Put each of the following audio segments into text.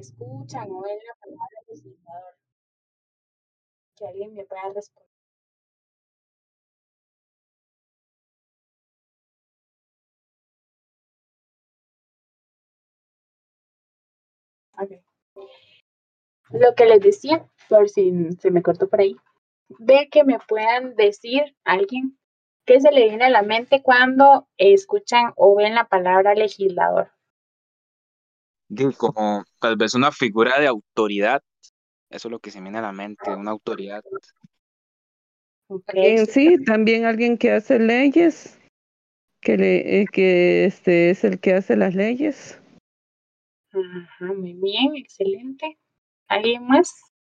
escuchan o ven la palabra legislador? Que alguien me pueda responder. Ok. Lo que les decía, por si se me cortó por ahí, de que me puedan decir alguien qué se le viene a la mente cuando escuchan o ven la palabra legislador. Digo, como tal vez una figura de autoridad, eso es lo que se me viene a la mente, una autoridad. Ok, Alguien, súper. sí, también alguien que hace leyes, que es el que hace las leyes. Ajá, muy bien, excelente. ¿Alguien más?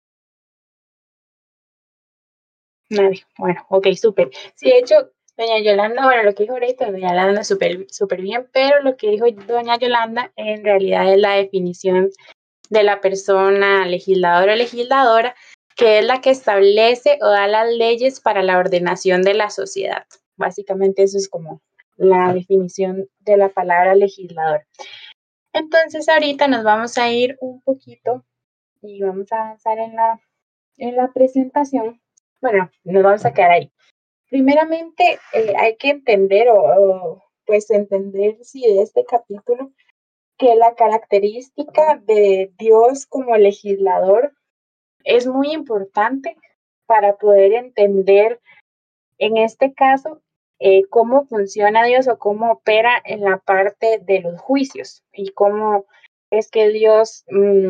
Nadie. Bueno, ok, súper. Sí, de hecho, doña Yolanda, bueno, lo que dijo ahorita, doña Yolanda, súper bien, pero lo que dijo doña Yolanda en realidad es la definición de la persona legisladora o legisladora, que es la que establece o da las leyes para la ordenación de la sociedad. Básicamente eso es como la definición de la palabra legislador. Entonces ahorita nos vamos a ir un poquito y vamos a avanzar en la presentación. Bueno, nos vamos a quedar ahí. Primeramente, hay que entender pues entender si de este capítulo que la característica de Dios como legislador es muy importante para poder entender, en este caso, cómo funciona Dios o cómo opera en la parte de los juicios y cómo es que Dios,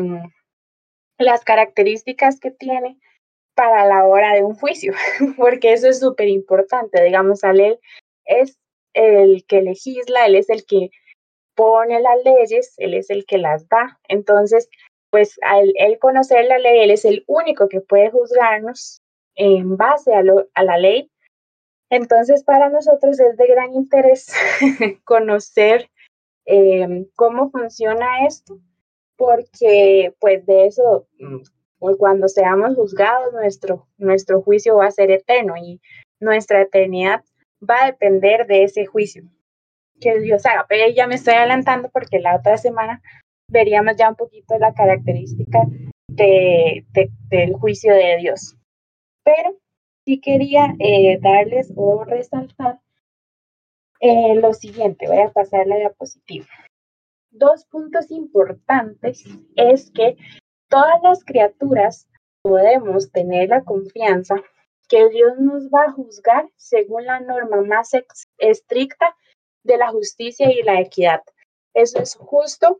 las características que tiene para la hora de un juicio, porque eso es súper importante, digamos, él es el que legisla, él es el que pone las leyes, él es el que las da. Entonces, pues al él conocer la ley, él es el único que puede juzgarnos en base a la ley. Entonces, para nosotros es de gran interés conocer cómo funciona esto, porque pues de eso, cuando seamos juzgados, nuestro juicio va a ser eterno y nuestra eternidad va a depender de ese juicio que Dios haga. Pero ya me estoy adelantando porque la otra semana veríamos ya un poquito la característica del juicio de Dios. Pero sí quería darles o resaltar lo siguiente. Voy a pasar la diapositiva. Dos puntos importantes es que todas las criaturas podemos tener la confianza que Dios nos va a juzgar según la norma más estricta de la justicia y la equidad. Eso es justo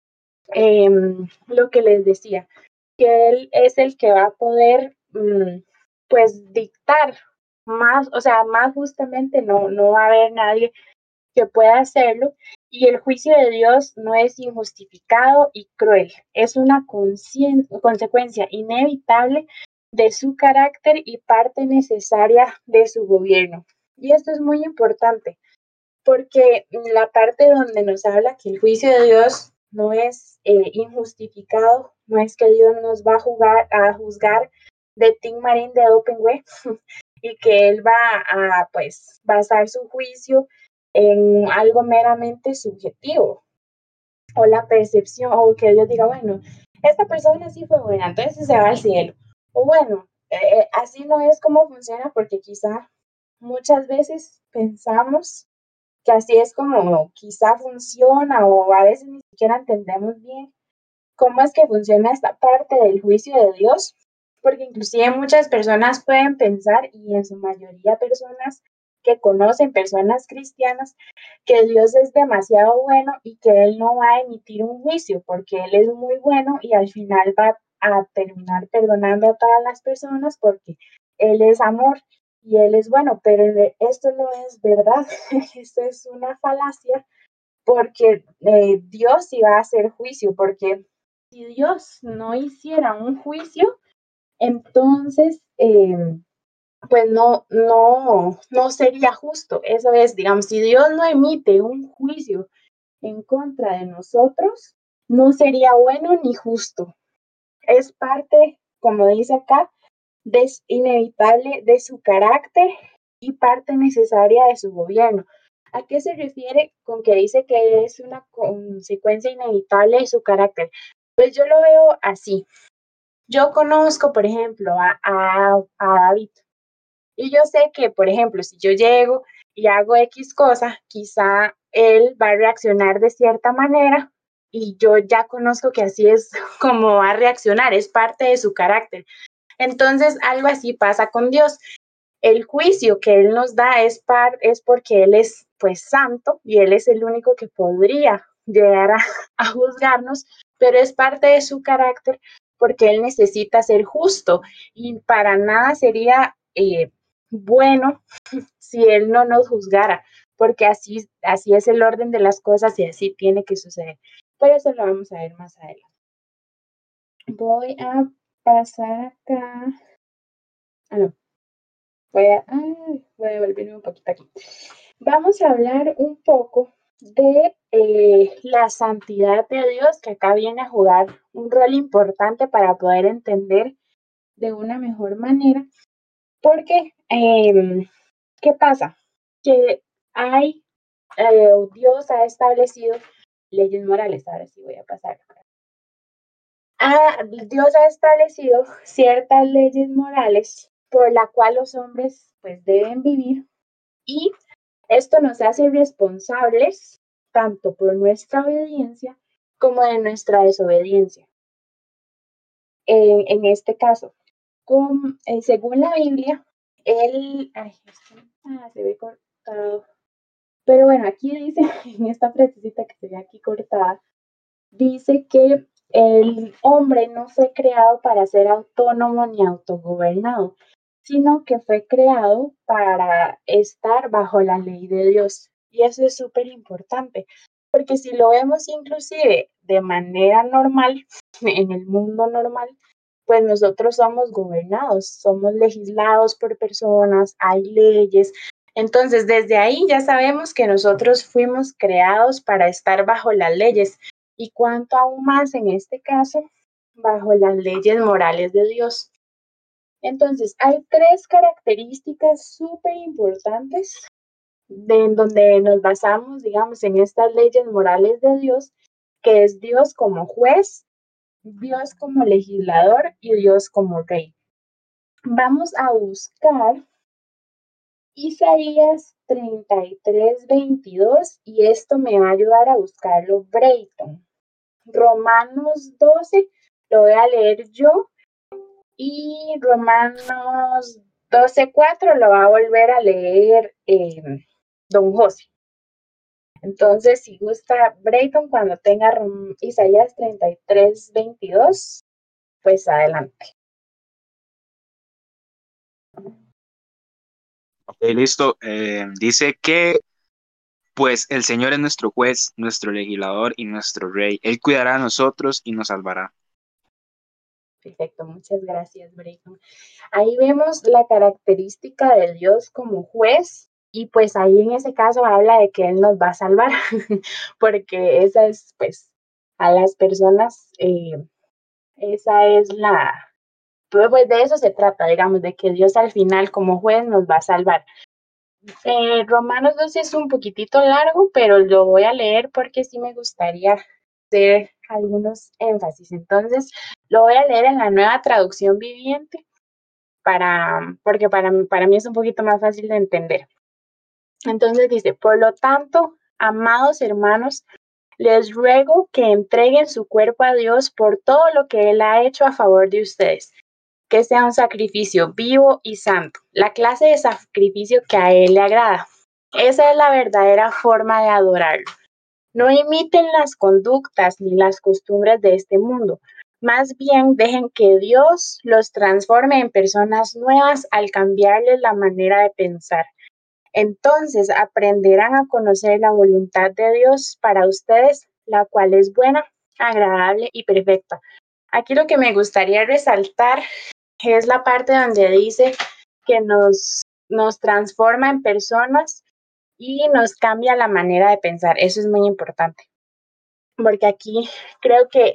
lo que les decía, que Él es el que va a poder, pues, dictar más, o sea, más justamente no va a haber nadie que pueda hacerlo, y el juicio de Dios no es injustificado y cruel, es una consecuencia inevitable de su carácter y parte necesaria de su gobierno. Y esto es muy importante, porque la parte donde nos habla que el juicio de Dios no es injustificado, no es que Dios nos va a juzgar de Tim Marín de Open Web y que Él va a pues basar su juicio en algo meramente subjetivo o la percepción o que Dios diga, bueno, esta persona sí fue buena, entonces se va al cielo. O bueno, así no es como funciona porque quizá muchas veces pensamos que así es como quizá funciona o a veces ni siquiera entendemos bien cómo es que funciona esta parte del juicio de Dios, porque inclusive muchas personas pueden pensar, y en su mayoría personas que conocen, personas cristianas, que Dios es demasiado bueno y que Él no va a emitir un juicio, porque Él es muy bueno y al final va a terminar perdonando a todas las personas porque Él es amor y Él es bueno, pero esto no es verdad, esto es una falacia porque Dios sí va a hacer juicio, porque si Dios no hiciera un juicio, entonces pues no sería justo. Eso es, digamos, si Dios no emite un juicio en contra de nosotros, no sería bueno ni justo. Es parte, como dice acá, inevitable de su carácter y parte necesaria de su gobierno. ¿A qué se refiere con que dice que es una consecuencia inevitable de su carácter? Pues yo lo veo así. Yo conozco, por ejemplo, a David. Y yo sé que, por ejemplo, si yo llego y hago X cosa, quizá él va a reaccionar de cierta manera y yo ya conozco que así es como va a reaccionar, es parte de su carácter. Entonces, algo así pasa con Dios. El juicio que Él nos da es porque Él es pues santo y Él es el único que podría llegar a juzgarnos, pero es parte de su carácter porque Él necesita ser justo y para nada sería bueno si Él no nos juzgara, porque así es el orden de las cosas y así tiene que suceder. Por eso lo vamos a ver más adelante. Voy a pasar acá. No. Voy a devolverme un poquito aquí. Vamos a hablar un poco de la santidad de Dios, que acá viene a jugar un rol importante para poder entender de una mejor manera. Porque, ¿qué pasa? Que Dios ha establecido leyes morales. Ahora sí voy a pasar. Dios ha establecido ciertas leyes morales por la cual los hombres pues deben vivir y esto nos hace responsables tanto por nuestra obediencia como de nuestra desobediencia. En este caso, según la Biblia, se ve cortado. Pero bueno, aquí dice, en esta frasecita que se ve aquí cortada, dice que el hombre no fue creado para ser autónomo ni autogobernado, sino que fue creado para estar bajo la ley de Dios. Y eso es súper importante, porque si lo vemos inclusive de manera normal, en el mundo normal, pues nosotros somos gobernados, somos legislados por personas, hay leyes. Entonces, desde ahí ya sabemos que nosotros fuimos creados para estar bajo las leyes y cuanto aún más en este caso, bajo las leyes morales de Dios. Entonces, hay tres características súper importantes en donde nos basamos, digamos, en estas leyes morales de Dios, que es Dios como juez, Dios como legislador y Dios como rey. Vamos a buscar Isaías 33:22 y esto me va a ayudar a buscarlo Brayton. Romanos 12, lo voy a leer yo, y Romanos 12:4 lo va a volver a leer don José. Entonces, si gusta Brayton, cuando tenga Isaías 33:22, pues adelante. Ok, listo. Dice que, pues, el Señor es nuestro juez, nuestro legislador y nuestro rey. Él cuidará a nosotros y nos salvará. Perfecto, muchas gracias, Brayton. Ahí vemos la característica de Dios como juez y pues ahí en ese caso habla de que Él nos va a salvar, porque esa es pues a las personas, esa es pues de eso se trata, digamos, de que Dios al final como juez nos va a salvar. Romanos 12 es un poquitito largo, pero lo voy a leer porque sí me gustaría hacer algunos énfasis. Entonces, lo voy a leer en la Nueva Traducción Viviente porque para mí es un poquito más fácil de entender. Entonces dice, por lo tanto, amados hermanos, les ruego que entreguen su cuerpo a Dios por todo lo que Él ha hecho a favor de ustedes, que sea un sacrificio vivo y santo, la clase de sacrificio que a Él le agrada. Esa es la verdadera forma de adorarlo. No imiten las conductas ni las costumbres de este mundo. Más bien dejen que Dios los transforme en personas nuevas al cambiarles la manera de pensar. Entonces aprenderán a conocer la voluntad de Dios para ustedes, la cual es buena, agradable y perfecta. Aquí lo que me gustaría resaltar es la parte donde dice que nos transforma en personas y nos cambia la manera de pensar. Eso es muy importante, porque aquí creo que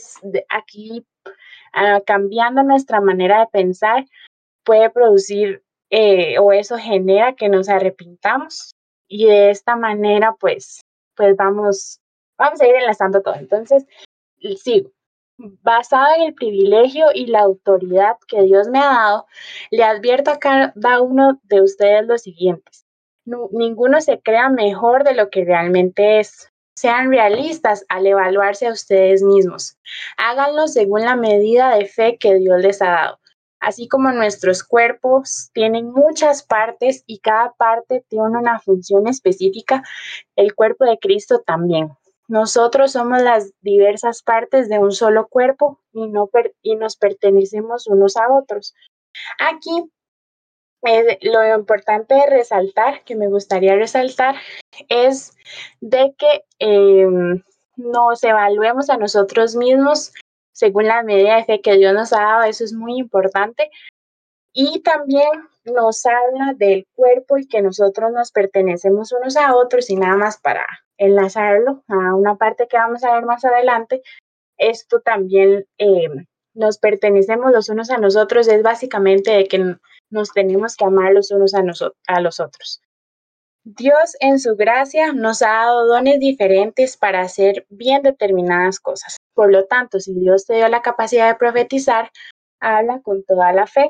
cambiando nuestra manera de pensar puede producir o eso genera que nos arrepintamos y de esta manera pues vamos a ir enlazando todo. Entonces, sigo. basado en el privilegio y la autoridad que Dios me ha dado, le advierto a cada uno de ustedes lo siguiente. Ninguno se crea mejor de lo que realmente es. Sean realistas al evaluarse a ustedes mismos. Háganlo según la medida de fe que Dios les ha dado. Así como nuestros cuerpos tienen muchas partes y cada parte tiene una función específica, el cuerpo de Cristo también. Nosotros somos las diversas partes de un solo cuerpo y nos pertenecemos unos a otros. Aquí lo importante de resaltar, que me gustaría resaltar, es de que nos evaluemos a nosotros mismos según la medida de fe que Dios nos ha dado. Eso es muy importante. Y también nos habla del cuerpo y que nosotros nos pertenecemos unos a otros, y nada más para enlazarlo a una parte que vamos a ver más adelante. Esto también nos pertenecemos los unos a nosotros, es básicamente de que nos tenemos que amar los unos a los otros. Dios en su gracia nos ha dado dones diferentes para hacer bien determinadas cosas. Por lo tanto, si Dios te dio la capacidad de profetizar, habla con toda la fe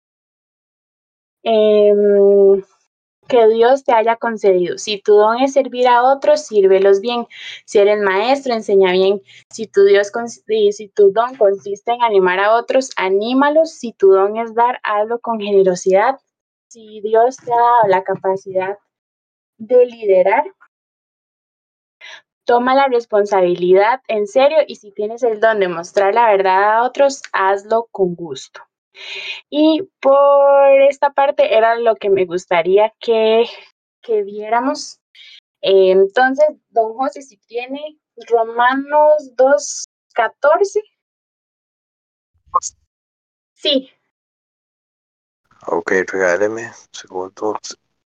que Dios te haya concedido. Si tu don es servir a otros, sírvelos bien. Si eres maestro, enseña bien. Si tu don consiste en animar a otros, anímalos. Si tu don es dar, hazlo con generosidad. Si Dios te ha dado la capacidad de liderar, toma la responsabilidad en serio, y si tienes el don de mostrar la verdad a otros, hazlo con gusto. Y por esta parte era lo que me gustaría que viéramos. Entonces, don José, si tiene Romanos 2:14. Sí. Ok, regáleme un segundo.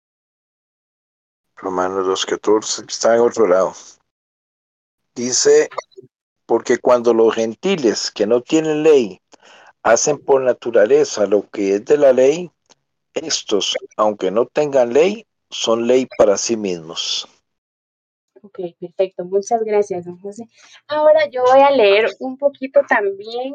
Romanos 2:14, está en otro lado. Dice, porque cuando los gentiles que no tienen ley hacen por naturaleza lo que es de la ley, estos, aunque no tengan ley, son ley para sí mismos. Ok, perfecto. Muchas gracias, don José. Ahora yo voy a leer un poquito también,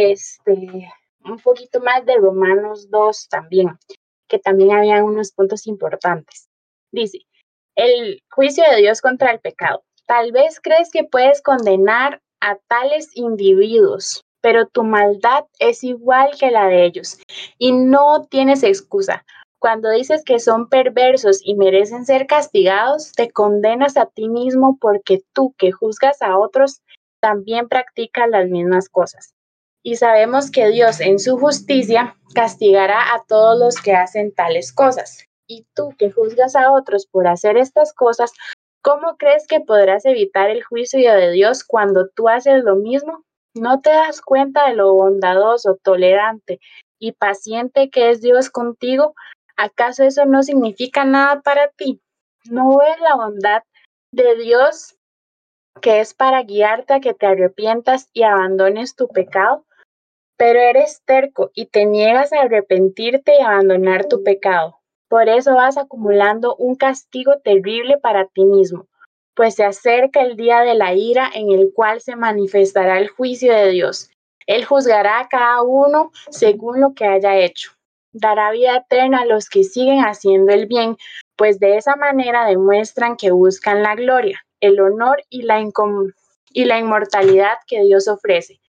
un poquito más de Romanos 2 también, que también había unos puntos importantes. Dice, el juicio de Dios contra el pecado. Tal vez crees que puedes condenar a tales individuos, pero tu maldad es igual que la de ellos y no tienes excusa. Cuando dices que son perversos y merecen ser castigados, te condenas a ti mismo, porque tú, que juzgas a otros, también practicas las mismas cosas. Y sabemos que Dios en su justicia castigará a todos los que hacen tales cosas. Y tú, que juzgas a otros por hacer estas cosas, ¿cómo crees que podrás evitar el juicio de Dios cuando tú haces lo mismo? ¿No te das cuenta de lo bondadoso, tolerante y paciente que es Dios contigo? ¿Acaso eso no significa nada para ti? ¿No ves la bondad de Dios, que es para guiarte a que te arrepientas y abandones tu pecado? Pero eres terco y te niegas a arrepentirte y abandonar tu pecado. Por eso vas acumulando un castigo terrible para ti mismo, pues se acerca el día de la ira, en el cual se manifestará el juicio de Dios. Él juzgará a cada uno según lo que haya hecho. Dará vida eterna a los que siguen haciendo el bien, pues de esa manera demuestran que buscan la gloria, el honor y la inmortalidad que Dios ofrece.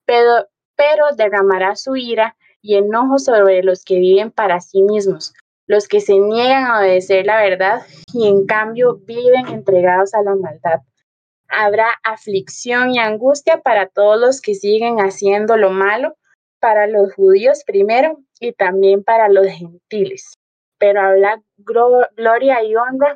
Pero derramará su ira y enojo sobre los que viven para sí mismos, los que se niegan a obedecer la verdad y en cambio viven entregados a la maldad. Habrá aflicción y angustia para todos los que siguen haciendo lo malo, para los judíos primero y también para los gentiles. Pero habrá gloria y honra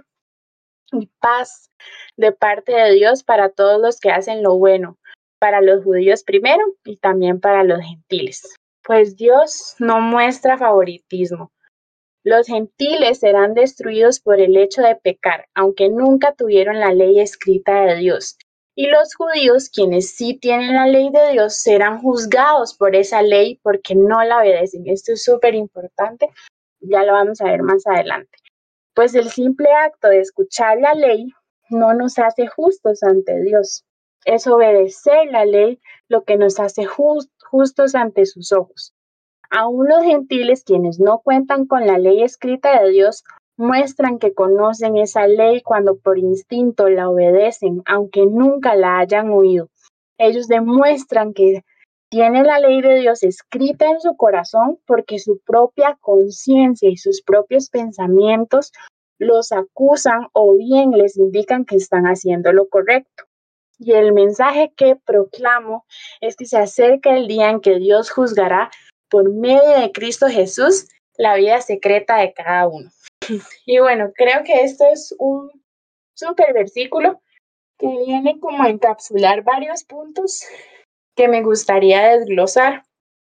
y paz de parte de Dios para todos los que hacen lo bueno, para los judíos primero y también para los gentiles. Pues Dios no muestra favoritismo. Los gentiles serán destruidos por el hecho de pecar, aunque nunca tuvieron la ley escrita de Dios. Y los judíos, quienes sí tienen la ley de Dios, serán juzgados por esa ley porque no la obedecen. Esto es súper importante, ya lo vamos a ver más adelante. Pues el simple acto de escuchar la ley no nos hace justos ante Dios. Es obedecer la ley lo que nos hace justos ante sus ojos. Aún los gentiles, quienes no cuentan con la ley escrita de Dios, muestran que conocen esa ley cuando por instinto la obedecen, aunque nunca la hayan oído. Ellos demuestran que tienen la ley de Dios escrita en su corazón porque su propia conciencia y sus propios pensamientos los acusan o bien les indican que están haciendo lo correcto. Y el mensaje que proclamo es que se acerca el día en que Dios juzgará por medio de Cristo Jesús la vida secreta de cada uno. Y bueno, creo que esto es un súper versículo que viene como a encapsular varios puntos que me gustaría desglosar.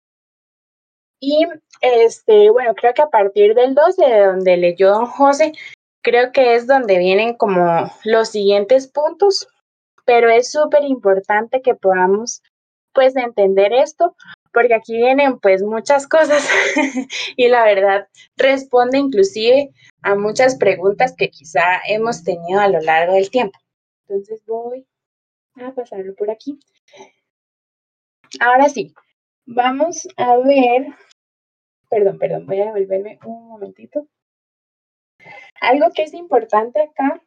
Y bueno, creo que a partir del 12, de donde leyó don José, creo que es donde vienen como los siguientes puntos, pero es súper importante que podamos pues entender esto, porque aquí vienen pues muchas cosas y la verdad responde inclusive a muchas preguntas que quizá hemos tenido a lo largo del tiempo. Entonces voy a pasarlo por aquí. Ahora sí, vamos a ver, perdón, voy a devolverme un momentito. Algo que es importante acá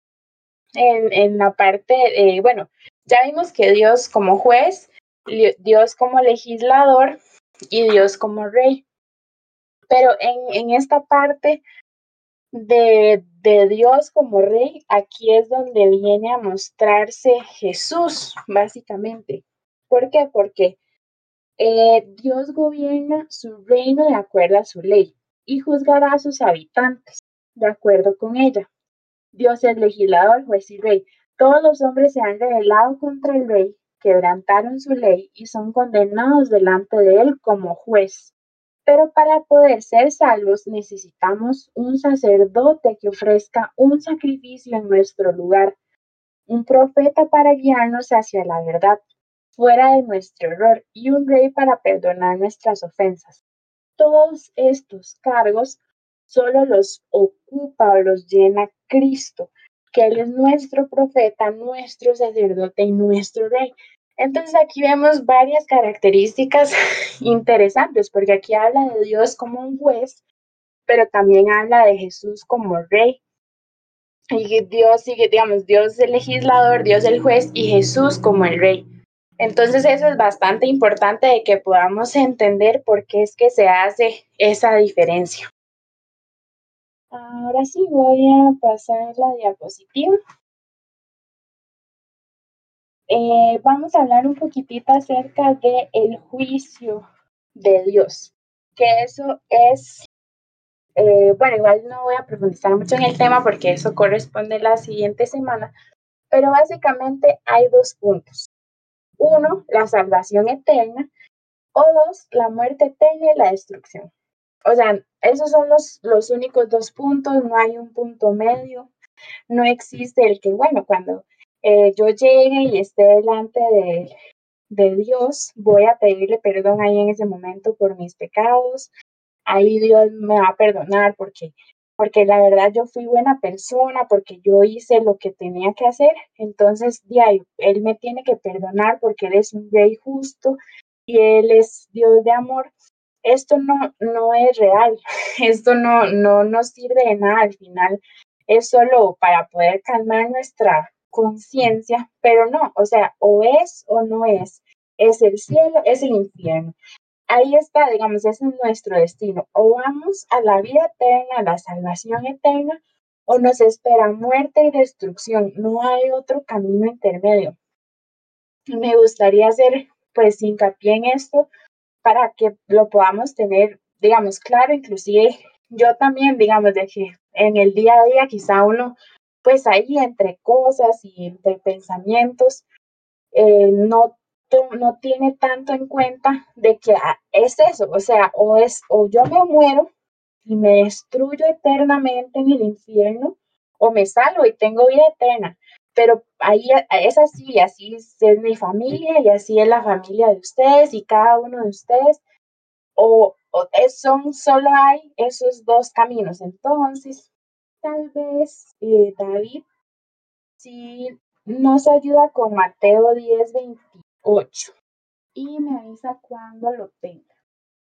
en la parte, bueno, ya vimos que Dios como juez, Dios como legislador y Dios como rey. Pero en esta parte de Dios como rey, aquí es donde viene a mostrarse Jesús, básicamente. ¿Por qué? Porque Dios gobierna su reino de acuerdo a su ley y juzgará a sus habitantes de acuerdo con ella. Dios es legislador, juez y rey. Todos los hombres se han rebelado contra el rey, quebrantaron su ley y son condenados delante de él como juez. Pero para poder ser salvos necesitamos un sacerdote que ofrezca un sacrificio en nuestro lugar, un profeta para guiarnos hacia la verdad, fuera de nuestro error, y un rey para perdonar nuestras ofensas. Todos estos cargos solo los ocupa o los llena Cristo, que Él es nuestro profeta, nuestro sacerdote y nuestro rey. Entonces aquí vemos varias características interesantes, porque aquí habla de Dios como un juez, pero también habla de Jesús como rey. Y Dios sigue, digamos, Dios el legislador, Dios el juez y Jesús como el rey. Entonces eso es bastante importante de que podamos entender por qué es que se hace esa diferencia. Ahora sí voy a pasar la diapositiva. Vamos a hablar un poquitito acerca del juicio de Dios, que eso es, bueno, igual no voy a profundizar mucho en el tema porque eso corresponde la siguiente semana, pero básicamente hay dos puntos. Uno, la salvación eterna, o dos, la muerte eterna y la destrucción. O sea, esos son los únicos dos puntos, no hay un punto medio, no existe el que, bueno, cuando yo llegue y esté delante de Dios, voy a pedirle perdón ahí en ese momento por mis pecados, ahí Dios me va a perdonar porque la verdad yo fui buena persona, porque yo hice lo que tenía que hacer, entonces de ahí, Él me tiene que perdonar porque Él es un rey justo y Él es Dios de amor. Esto no es real, esto no nos sirve de nada al final, es solo para poder calmar nuestra conciencia, pero no, o sea, o es o no es el cielo, es el infierno. Ahí está, digamos, ese es nuestro destino. O vamos a la vida eterna, a la salvación eterna, o nos espera muerte y destrucción. No hay otro camino intermedio. Me gustaría hacer, pues, hincapié en esto para que lo podamos tener, digamos, claro. Inclusive yo también, digamos, de que en el día a día quizá uno, pues ahí entre cosas y entre pensamientos, no tiene tanto en cuenta de que es eso, o sea, o yo me muero y me destruyo eternamente en el infierno, o me salvo y tengo vida eterna. Pero ahí es así, así es mi familia y así es la familia de ustedes y cada uno de ustedes, solo hay esos dos caminos. Entonces, tal vez David, sí nos ayuda con Mateo 10:28 y me avisa cuando lo tenga.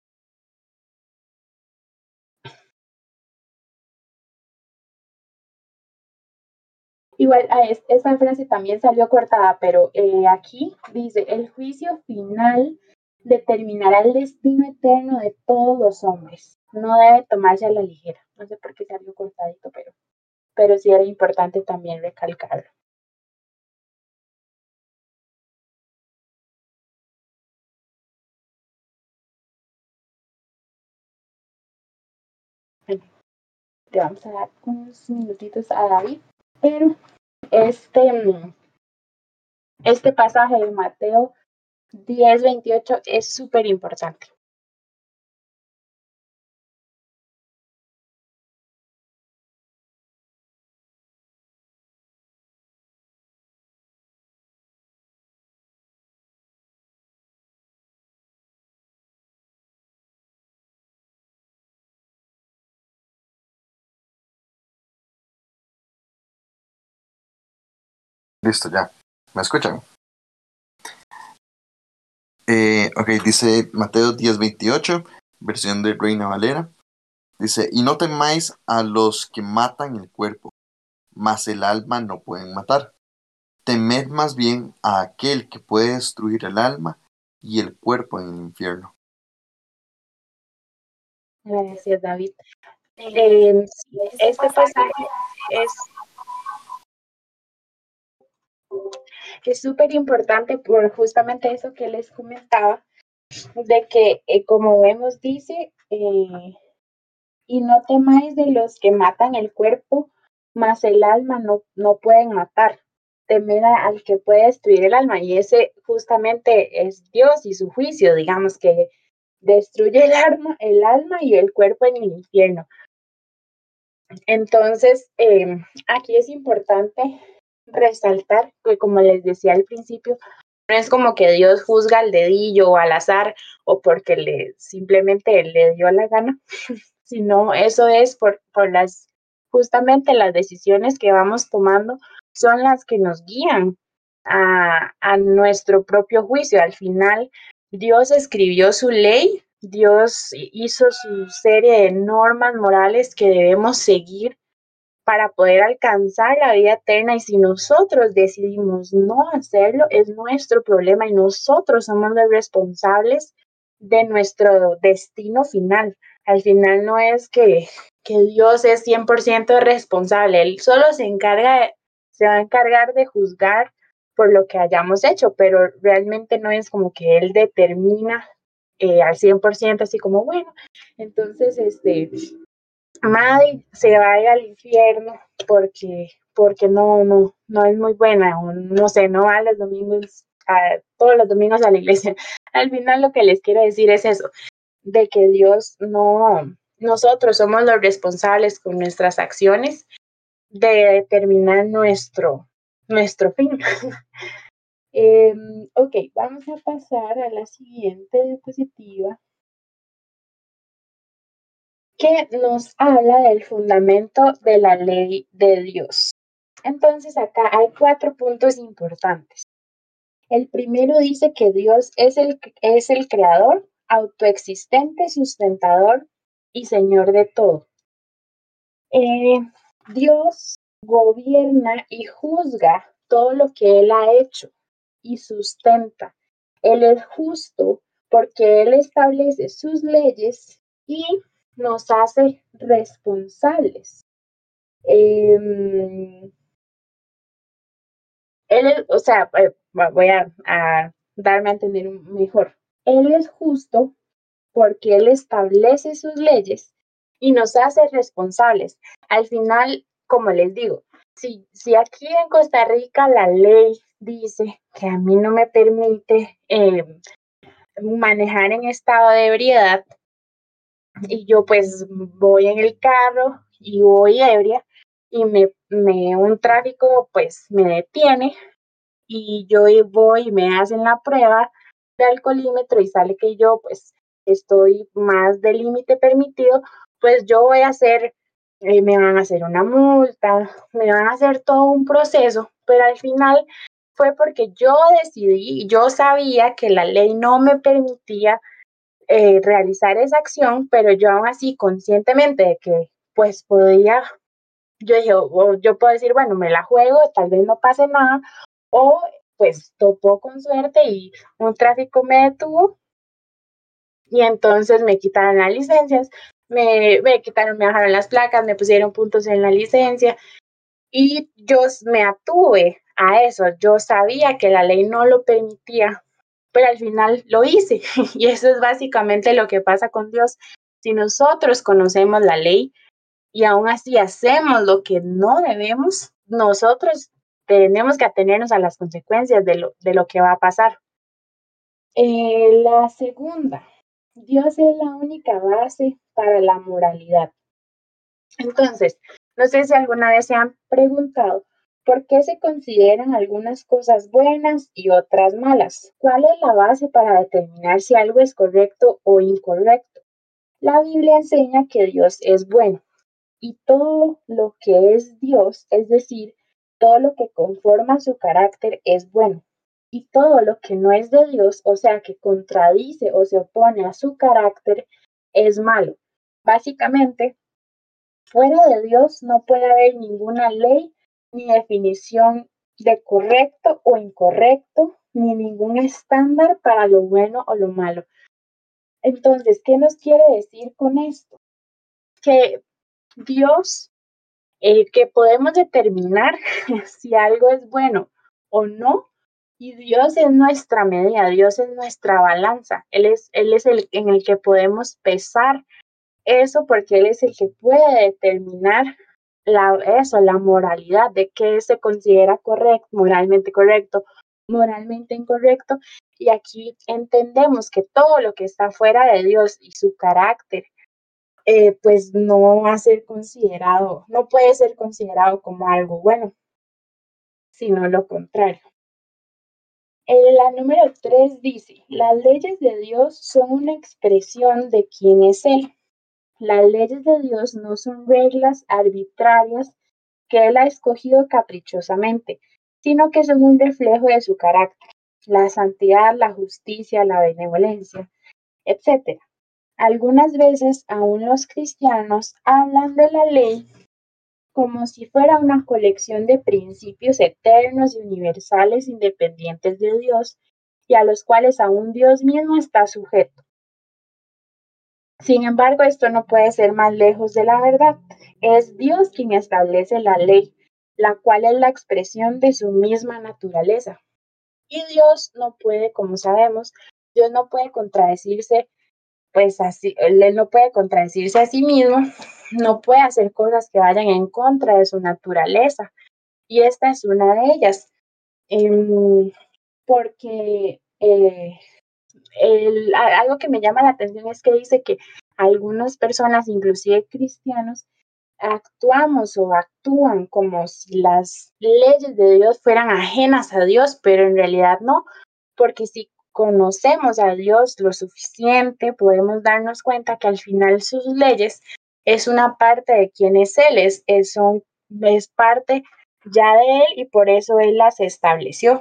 Igual, esta frase también salió cortada, pero aquí dice, el juicio final determinará el destino eterno de todos los hombres. No debe tomarse a la ligera. No sé por qué salió cortadito, pero sí era importante también recalcarlo. Le vamos a dar unos minutitos a David, pero este pasaje de Mateo 10:28 es súper importante. Listo, ya. ¿Me escuchan? Ok, dice Mateo 10:28, versión de Reina Valera. Dice, y no temáis a los que matan el cuerpo, mas el alma no pueden matar. Temed más bien a aquel que puede destruir el alma y el cuerpo en el infierno. Gracias, David. Este pasaje es súper importante por justamente eso que les comentaba, de que, como vemos, dice, y no temáis de los que matan el cuerpo, mas el alma no pueden matar. Temed al que puede destruir el alma, y ese justamente es Dios y su juicio, digamos, que destruye el alma y el cuerpo en el infierno. Entonces, aquí es importante resaltar que, como les decía al principio, no es como que Dios juzga al dedillo o al azar o porque simplemente le dio la gana, sino eso es por justamente las decisiones que vamos tomando son las que nos guían a nuestro propio juicio. Al final, Dios escribió su ley, Dios hizo su serie de normas morales que debemos seguir para poder alcanzar la vida eterna, y si nosotros decidimos no hacerlo, es nuestro problema y nosotros somos los responsables de nuestro destino final. Al final no es que Dios es 100% responsable, Él solo se va a encargar de juzgar por lo que hayamos hecho, pero realmente no es como que Él determina al 100%, así como, bueno, entonces, Maddie se va a ir al infierno porque no es muy buena, o no sé, no va todos los domingos a la iglesia. Al final lo que les quiero decir es eso, de que nosotros somos los responsables con nuestras acciones de determinar nuestro fin. Ok, vamos a pasar a la siguiente diapositiva, que nos habla del fundamento de la ley de Dios. Entonces acá hay 4 puntos importantes. El primero dice que Dios es el creador, autoexistente, sustentador y señor de todo. Dios gobierna y juzga todo lo que Él ha hecho y sustenta. Él es justo porque Él establece sus leyes y nos hace responsables. Voy a darme a entender mejor. Él es justo porque Él establece sus leyes y nos hace responsables. Al final, como les digo, si aquí en Costa Rica la ley dice que a mí no me permite manejar en estado de ebriedad, y yo pues voy en el carro y voy ebria y un tráfico pues me detiene y yo voy y me hacen la prueba de alcoholímetro y sale que yo pues estoy más del límite permitido, pues yo voy a hacer, me van a hacer una multa, me van a hacer todo un proceso pero al final fue porque yo decidí, yo sabía que la ley no me permitía realizar esa acción, pero yo aún así conscientemente de que pues podía, yo dije, o yo puedo decir, bueno, me la juego, tal vez no pase nada, o pues topó con suerte y un tráfico me detuvo y entonces me quitaron las licencias, me bajaron las placas, me pusieron puntos en la licencia y yo me atuve a eso. Yo sabía que la ley no lo permitía, pero al final lo hice. Y eso es básicamente lo que pasa con Dios. Si nosotros conocemos la ley y aún así hacemos lo que no debemos, nosotros tenemos que atenernos a las consecuencias de lo que va a pasar. La segunda, Dios es la única base para la moralidad. Entonces, no sé si alguna vez se han preguntado por qué se consideran algunas cosas buenas y otras malas. ¿Cuál es la base para determinar si algo es correcto o incorrecto? La Biblia enseña que Dios es bueno y todo lo que es Dios, es decir, todo lo que conforma su carácter es bueno. Y todo lo que no es de Dios, o sea, que contradice o se opone a su carácter, es malo. Básicamente, fuera de Dios no puede haber ninguna ley ni definición de correcto o incorrecto, ni ningún estándar para lo bueno o lo malo. Entonces, ¿qué nos quiere decir con esto? Que Dios, que podemos determinar si algo es bueno o no, y Dios es nuestra medida, Dios es nuestra balanza, Él es el en el que podemos pesar eso porque Él es el que puede determinar la moralidad de qué se considera correcto, moralmente incorrecto. Y aquí entendemos que todo lo que está fuera de Dios y su carácter, pues no va a ser considerado, no puede ser considerado como algo bueno, sino lo contrario. La número 3 dice, las leyes de Dios son una expresión de quién es Él. Las leyes de Dios no son reglas arbitrarias que Él ha escogido caprichosamente, sino que son un reflejo de su carácter, la santidad, la justicia, la benevolencia, etc. Algunas veces aún los cristianos hablan de la ley como si fuera una colección de principios eternos y universales independientes de Dios y a los cuales aún Dios mismo está sujeto. Sin embargo, esto no puede ser más lejos de la verdad. Es Dios quien establece la ley, la cual es la expresión de su misma naturaleza. Y Dios no puede, como sabemos, Dios no puede contradecirse, pues así, Él no puede contradecirse a sí mismo, no puede hacer cosas que vayan en contra de su naturaleza. Y esta es una de ellas, porque algo que me llama la atención es que dice que algunas personas, inclusive cristianos, actuamos o actúan como si las leyes de Dios fueran ajenas a Dios, pero en realidad no, porque si conocemos a Dios lo suficiente, podemos darnos cuenta que al final sus leyes es una parte de quién es Él, es parte ya de Él y por eso Él las estableció.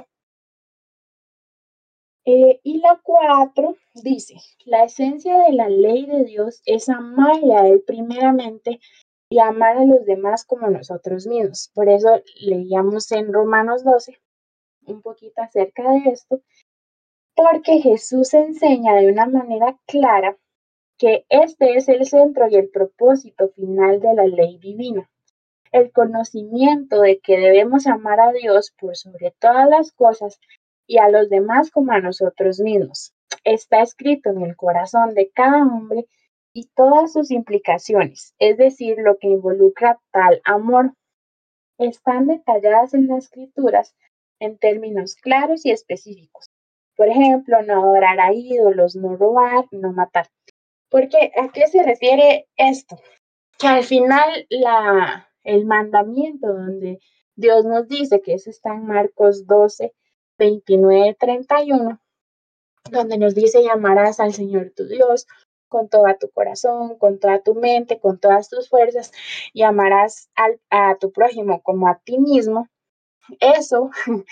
Y la 4 dice, la esencia de la ley de Dios es amarle a Él primeramente y amar a los demás como nosotros mismos. Por eso leíamos en Romanos 12 un poquito acerca de esto, porque Jesús enseña de una manera clara que este es el centro y el propósito final de la ley divina. El conocimiento de que debemos amar a Dios por sobre todas las cosas y a los demás como a nosotros mismos. Está escrito en el corazón de cada hombre y todas sus implicaciones, es decir, lo que involucra tal amor, están detalladas en las escrituras en términos claros y específicos. Por ejemplo, no adorar a ídolos, no robar, no matar. Porque ¿a qué se refiere esto? Que al final el mandamiento donde Dios nos dice, que eso está en Marcos 12, 29, 31, donde nos dice llamarás al Señor tu Dios con todo tu corazón, con toda tu mente, con todas tus fuerzas, y amarás a tu prójimo como a ti mismo. eso,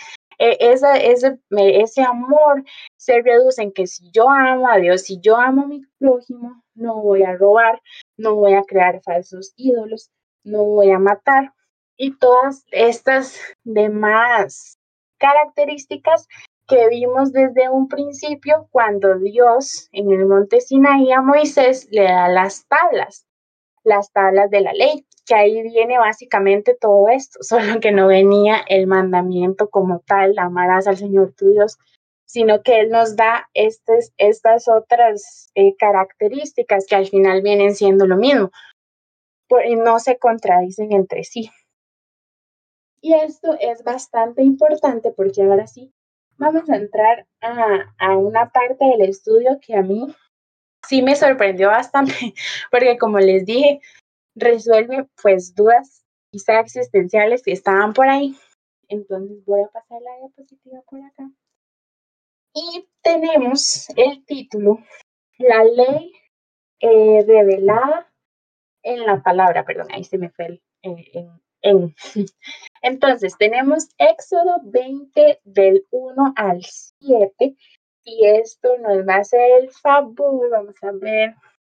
ese amor se reduce en que si yo amo a Dios, si yo amo a mi prójimo, no voy a robar, no voy a crear falsos ídolos, no voy a matar. Y todas estas demás características que vimos desde un principio cuando Dios en el monte Sinaí a Moisés le da las tablas de la ley, que ahí viene básicamente todo esto, solo que no venía el mandamiento como tal, amarás al Señor tu Dios, sino que Él nos da estas otras características que al final vienen siendo lo mismo, y no se contradicen entre sí. Y esto es bastante importante porque ahora sí vamos a entrar a una parte del estudio que a mí sí me sorprendió bastante, porque como les dije, resuelve pues dudas quizá existenciales que estaban por ahí. Entonces voy a pasar la diapositiva por acá. Y tenemos el título, la ley revelada en la palabra, perdón, ahí se me fue en. Entonces tenemos Éxodo 20 del 1 al 7 y esto nos va a hacer el favor, vamos a ver,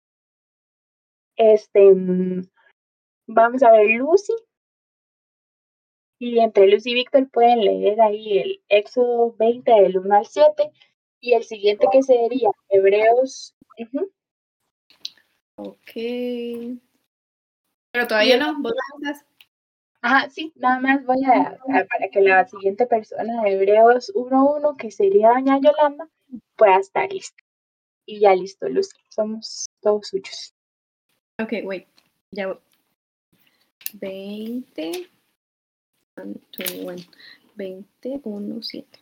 vamos a ver Lucy. Y entre Luz y Víctor pueden leer ahí el Éxodo 20 del 1 al 7 y el siguiente que sería Hebreos. Ok. Pero todavía no, vos lo pasás. Ajá, sí, nada más voy a para que la siguiente persona de Hebreos 1:1, que sería doña Yolanda, pueda estar lista. Y ya listo, Luz, somos todos suyos. Ok, wait, ya voy. 20, 21, 21, 7.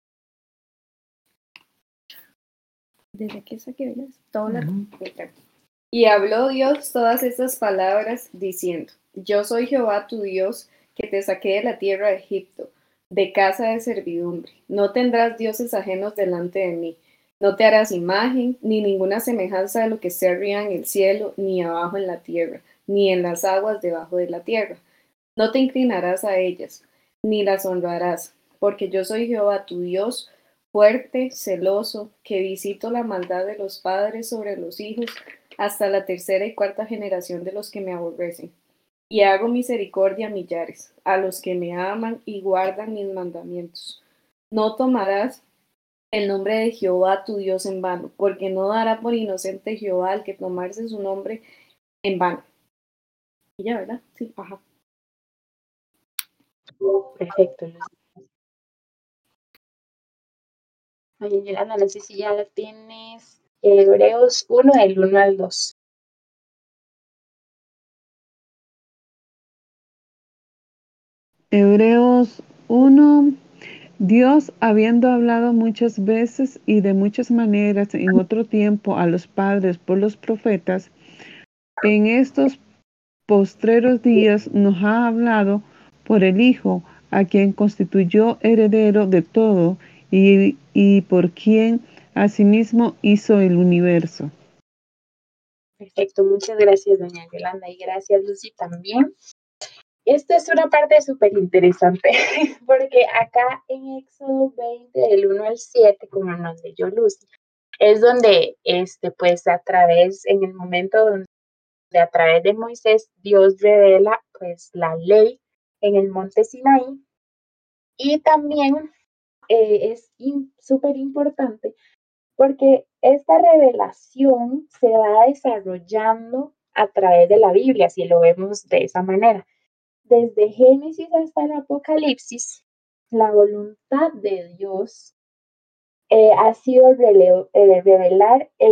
Desde que saqué, ¿verdad? Todo Y habló Dios todas estas palabras diciendo: Yo soy Jehová tu Dios, que te saqué de la tierra de Egipto, de casa de servidumbre. No tendrás dioses ajenos delante de mí. No te harás imagen, ni ninguna semejanza de lo que esté arriba en el cielo, ni abajo en la tierra, ni en las aguas debajo de la tierra. No te inclinarás a ellas, ni las honrarás, porque yo soy Jehová tu Dios, fuerte, celoso, que visito la maldad de los padres sobre los hijos, hasta la tercera y cuarta generación de los que me aborrecen. Y hago misericordia a millares, a los que me aman y guardan mis mandamientos. No tomarás el nombre de Jehová tu Dios en vano, porque no dará por inocente Jehová al que tomarse su nombre en vano. Y ya, ¿verdad? Sí, ajá. Perfecto, Luz. Oye, Yolanda, no sé si ya la tienes. Hebreos 1 del 1 al 2. Hebreos 1. Dios, habiendo hablado muchas veces y de muchas maneras en otro tiempo a los padres por los profetas, en estos postreros días nos ha hablado por el Hijo, a quien constituyó heredero de todo y por quien asimismo hizo el universo. Perfecto, muchas gracias, doña Yolanda, y gracias, Lucy, también. Esta es una parte súper interesante, porque acá en Éxodo 20, del 1 al 7, como nos leyó Lucy, es donde, pues, en el momento donde a través de Moisés, Dios revela, pues, la ley en el monte Sinaí, y también es súper importante porque esta revelación se va desarrollando a través de la Biblia, si lo vemos de esa manera. Desde Génesis hasta el Apocalipsis, la voluntad de Dios ha sido revelar e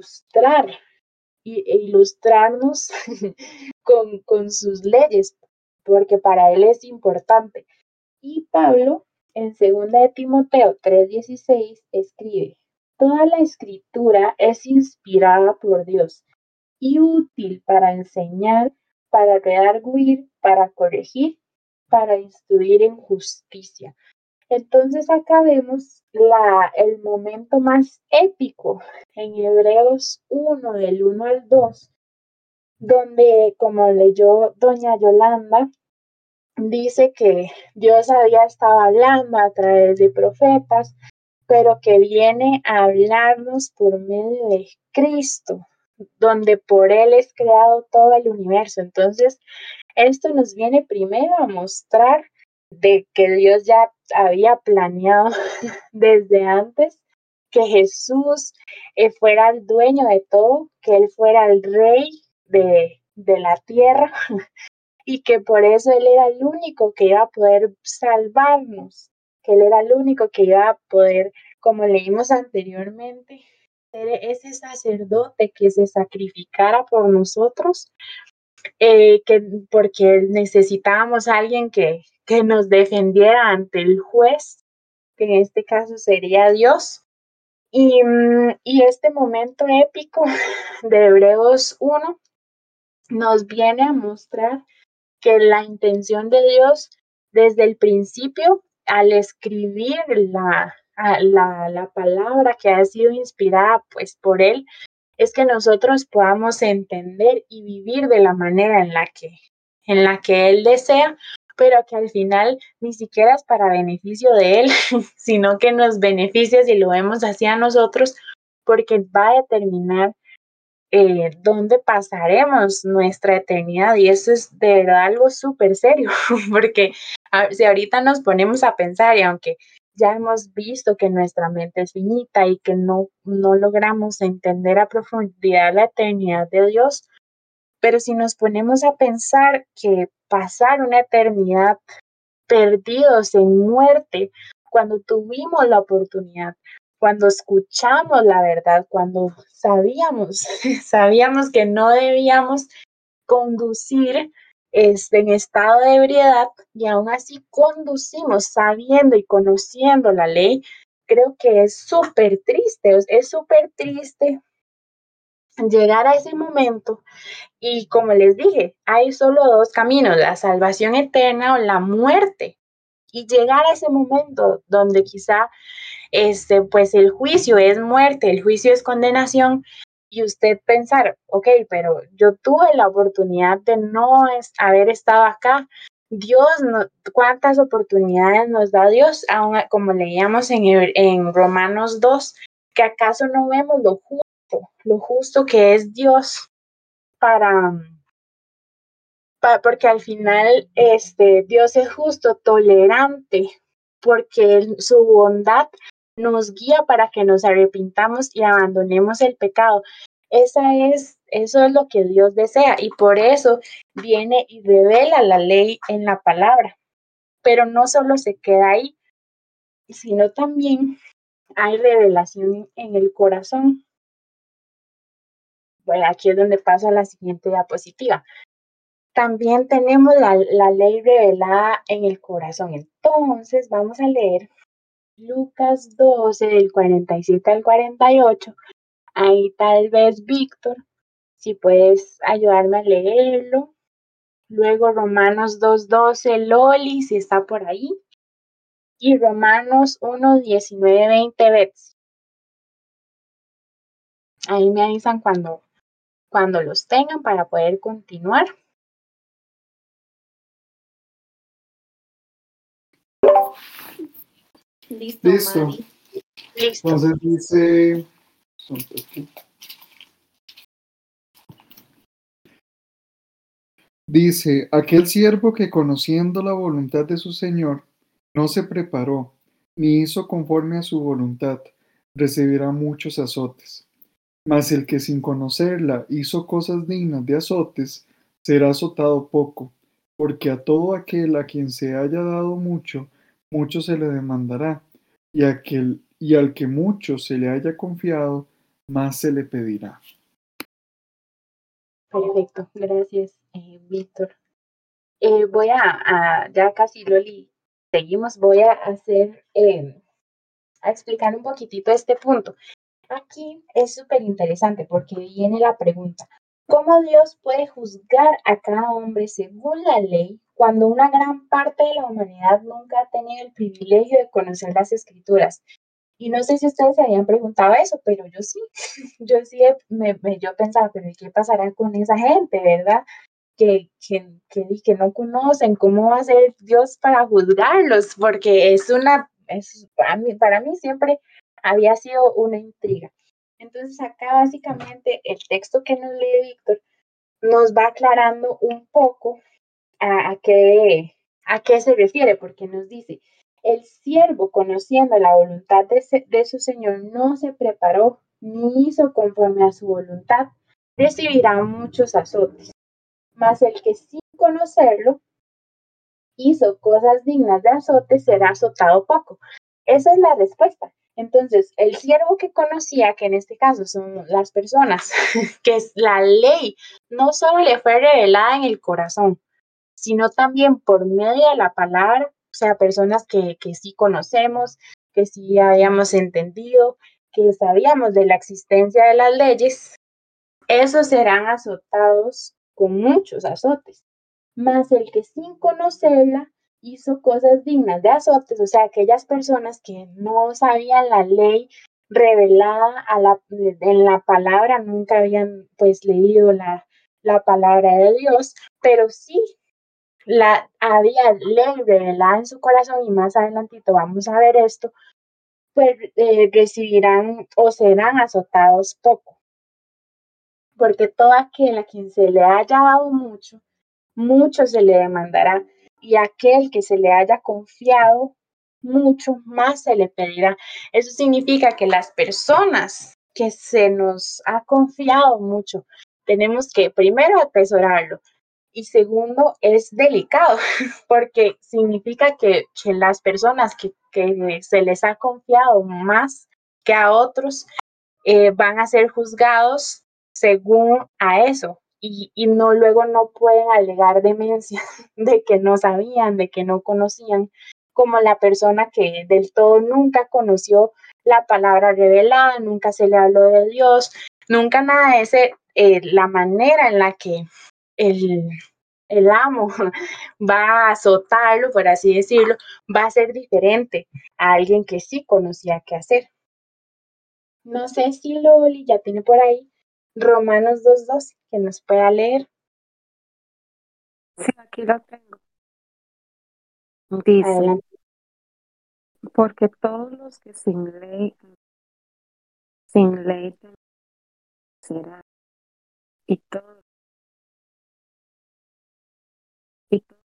ilustrarnos con sus leyes, porque para Él es importante. Y Pablo, en 2 de Timoteo 3:16, escribe: Toda la escritura es inspirada por Dios y útil para enseñar, para redarguir, para corregir, para instruir en justicia. Entonces acá vemos el momento más épico en Hebreos 1, del 1 al 2, donde, como leyó doña Yolanda, dice que Dios había estado hablando a través de profetas, pero que viene a hablarnos por medio de Cristo, donde por Él es creado todo el universo. Entonces, esto nos viene primero a mostrar de que Dios ya había planeado desde antes que Jesús fuera el dueño de todo, que Él fuera el rey de la tierra y que por eso Él era el único que iba a poder salvarnos, que Él era el único que iba a poder, como leímos anteriormente, ser ese sacerdote que se sacrificara por nosotros, porque necesitábamos a alguien que nos defendiera ante el juez, que en este caso sería Dios. Y este momento épico de Hebreos 1 nos viene a mostrar que la intención de Dios desde el principio, al escribir la palabra que ha sido inspirada pues por Él, es que nosotros podamos entender y vivir de la manera en la que Él desea, pero que al final ni siquiera es para beneficio de Él, sino que nos beneficia si lo vemos hacia nosotros, porque va a determinar dónde pasaremos nuestra eternidad. Y eso es de verdad algo súper serio, porque si ahorita nos ponemos a pensar, y aunque ya hemos visto que nuestra mente es finita y que no logramos entender a profundidad la eternidad de Dios, pero si nos ponemos a pensar que pasar una eternidad perdidos en muerte, cuando tuvimos la oportunidad, cuando escuchamos la verdad, cuando sabíamos que no debíamos conducir en estado de ebriedad y aún así conducimos sabiendo y conociendo la ley, creo que es súper triste llegar a ese momento y como les dije, hay solo dos caminos, la salvación eterna o la muerte. Y llegar a ese momento donde quizá pues el juicio es muerte, el juicio es condenación, y usted pensar, ok, pero yo tuve la oportunidad de no haber estado acá. Dios, ¿cuántas oportunidades nos da Dios? Aún, como leíamos en Romanos 2, que acaso no vemos lo justo que es Dios porque al final Dios es justo, tolerante, porque su bondad nos guía para que nos arrepintamos y abandonemos el pecado. Eso es lo que Dios desea y por eso viene y revela la ley en la palabra. Pero no solo se queda ahí, sino también hay revelación en el corazón. Bueno, aquí es donde pasa la siguiente diapositiva. También tenemos la ley revelada en el corazón. Entonces, vamos a leer Lucas 12, del 47 al 48. Ahí tal vez, Víctor, si puedes ayudarme a leerlo. Luego Romanos 2:12, Loli, si está por ahí. Y Romanos 1:19-20, Betsy. Ahí me avisan cuando los tengan para poder continuar. Listo. Mari. Listo. Entonces dice, aquel siervo que conociendo la voluntad de su Señor, no se preparó, ni hizo conforme a su voluntad, recibirá muchos azotes. Mas el que sin conocerla hizo cosas dignas de azotes, será azotado poco, porque a todo aquel a quien se haya dado mucho, mucho se le demandará, y al que mucho se le haya confiado, más se le pedirá. Perfecto, gracias, Víctor. Voy ya casi Loli, seguimos, voy a explicar un poquitito este punto. Aquí es súper interesante porque viene la pregunta, ¿cómo Dios puede juzgar a cada hombre según la ley cuando una gran parte de la humanidad nunca ha tenido el privilegio de conocer las Escrituras? Y no sé si ustedes se habían preguntado eso, pero yo sí, yo pensaba, pero ¿qué pasará con esa gente, verdad? que no conocen, ¿cómo va a ser Dios para juzgarlos? Porque para mí siempre había sido una intriga. Entonces acá básicamente el texto que nos lee Víctor nos va aclarando un poco a qué se refiere, porque nos dice, el siervo, conociendo la voluntad de su Señor, no se preparó ni hizo conforme a su voluntad, recibirá muchos azotes. Mas el que sin conocerlo hizo cosas dignas de azote será azotado poco. Esa es la respuesta. Entonces, el siervo que conocía, que en este caso son las personas, que es la ley, no solo le fue revelada en el corazón, sino también por medio de la palabra, o sea, personas que sí conocemos, que sí habíamos entendido, que sabíamos de la existencia de las leyes, esos serán azotados con muchos azotes. Mas el que sin conocerla hizo cosas dignas de azotes, o sea, aquellas personas que no sabían la ley revelada en la palabra, nunca habían pues leído la palabra de Dios, pero sí había ley revelada en su corazón, y más adelantito vamos a ver esto, pues recibirán o serán azotados poco, porque todo aquel a quien se le haya dado mucho, mucho se le demandará, y aquel que se le haya confiado mucho, más se le pedirá. Eso significa que las personas que se nos ha confiado mucho, tenemos que primero atesorarlo, y segundo, es delicado, porque significa que las personas que se les ha confiado más que a otros, van a ser juzgados según a eso, y no, luego no pueden alegar demencia de que no sabían, de que no conocían, como la persona que del todo nunca conoció la palabra revelada, nunca se le habló de Dios, nunca nada de ese, la manera en la que el, el amo va a azotarlo, por así decirlo, va a ser diferente a alguien que sí conocía qué hacer. No sé si Loli ya tiene por ahí Romanos 2:12 que nos pueda leer. Sí, aquí lo tengo. Dice, Adelante. porque todos los que sin ley serán, y todos, y todos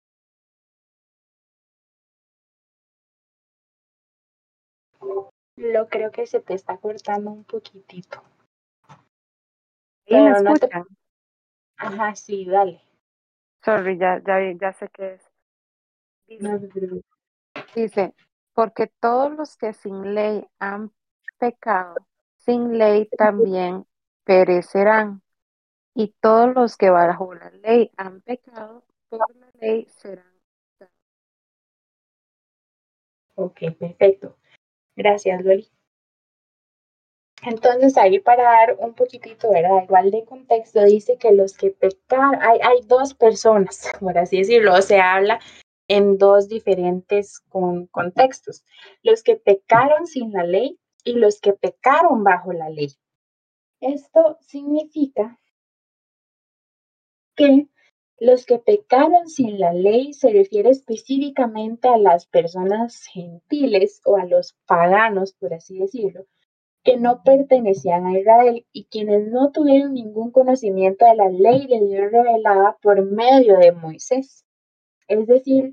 Lo creo que se te está cortando un poquitito. ¿ahí me Pero no te... escuchan? Ajá, sí, dale. Sorry, ya sé qué es. No te preocupes. Dice, porque todos los que sin ley han pecado, sin ley también perecerán, y todos los que bajo la ley han pecado, por la ley serán. Ok, perfecto. Gracias, Loli. Entonces, ahí para dar un poquitito, ¿verdad? Igual de contexto, dice que los que pecaron, hay dos personas, por así decirlo, se habla en dos diferentes contextos. Los que pecaron sin la ley y los que pecaron bajo la ley. Esto significa que los que pecaron sin la ley se refiere específicamente a las personas gentiles o a los paganos, por así decirlo, que no pertenecían a Israel y quienes no tuvieron ningún conocimiento de la ley de Dios revelada por medio de Moisés. Es decir,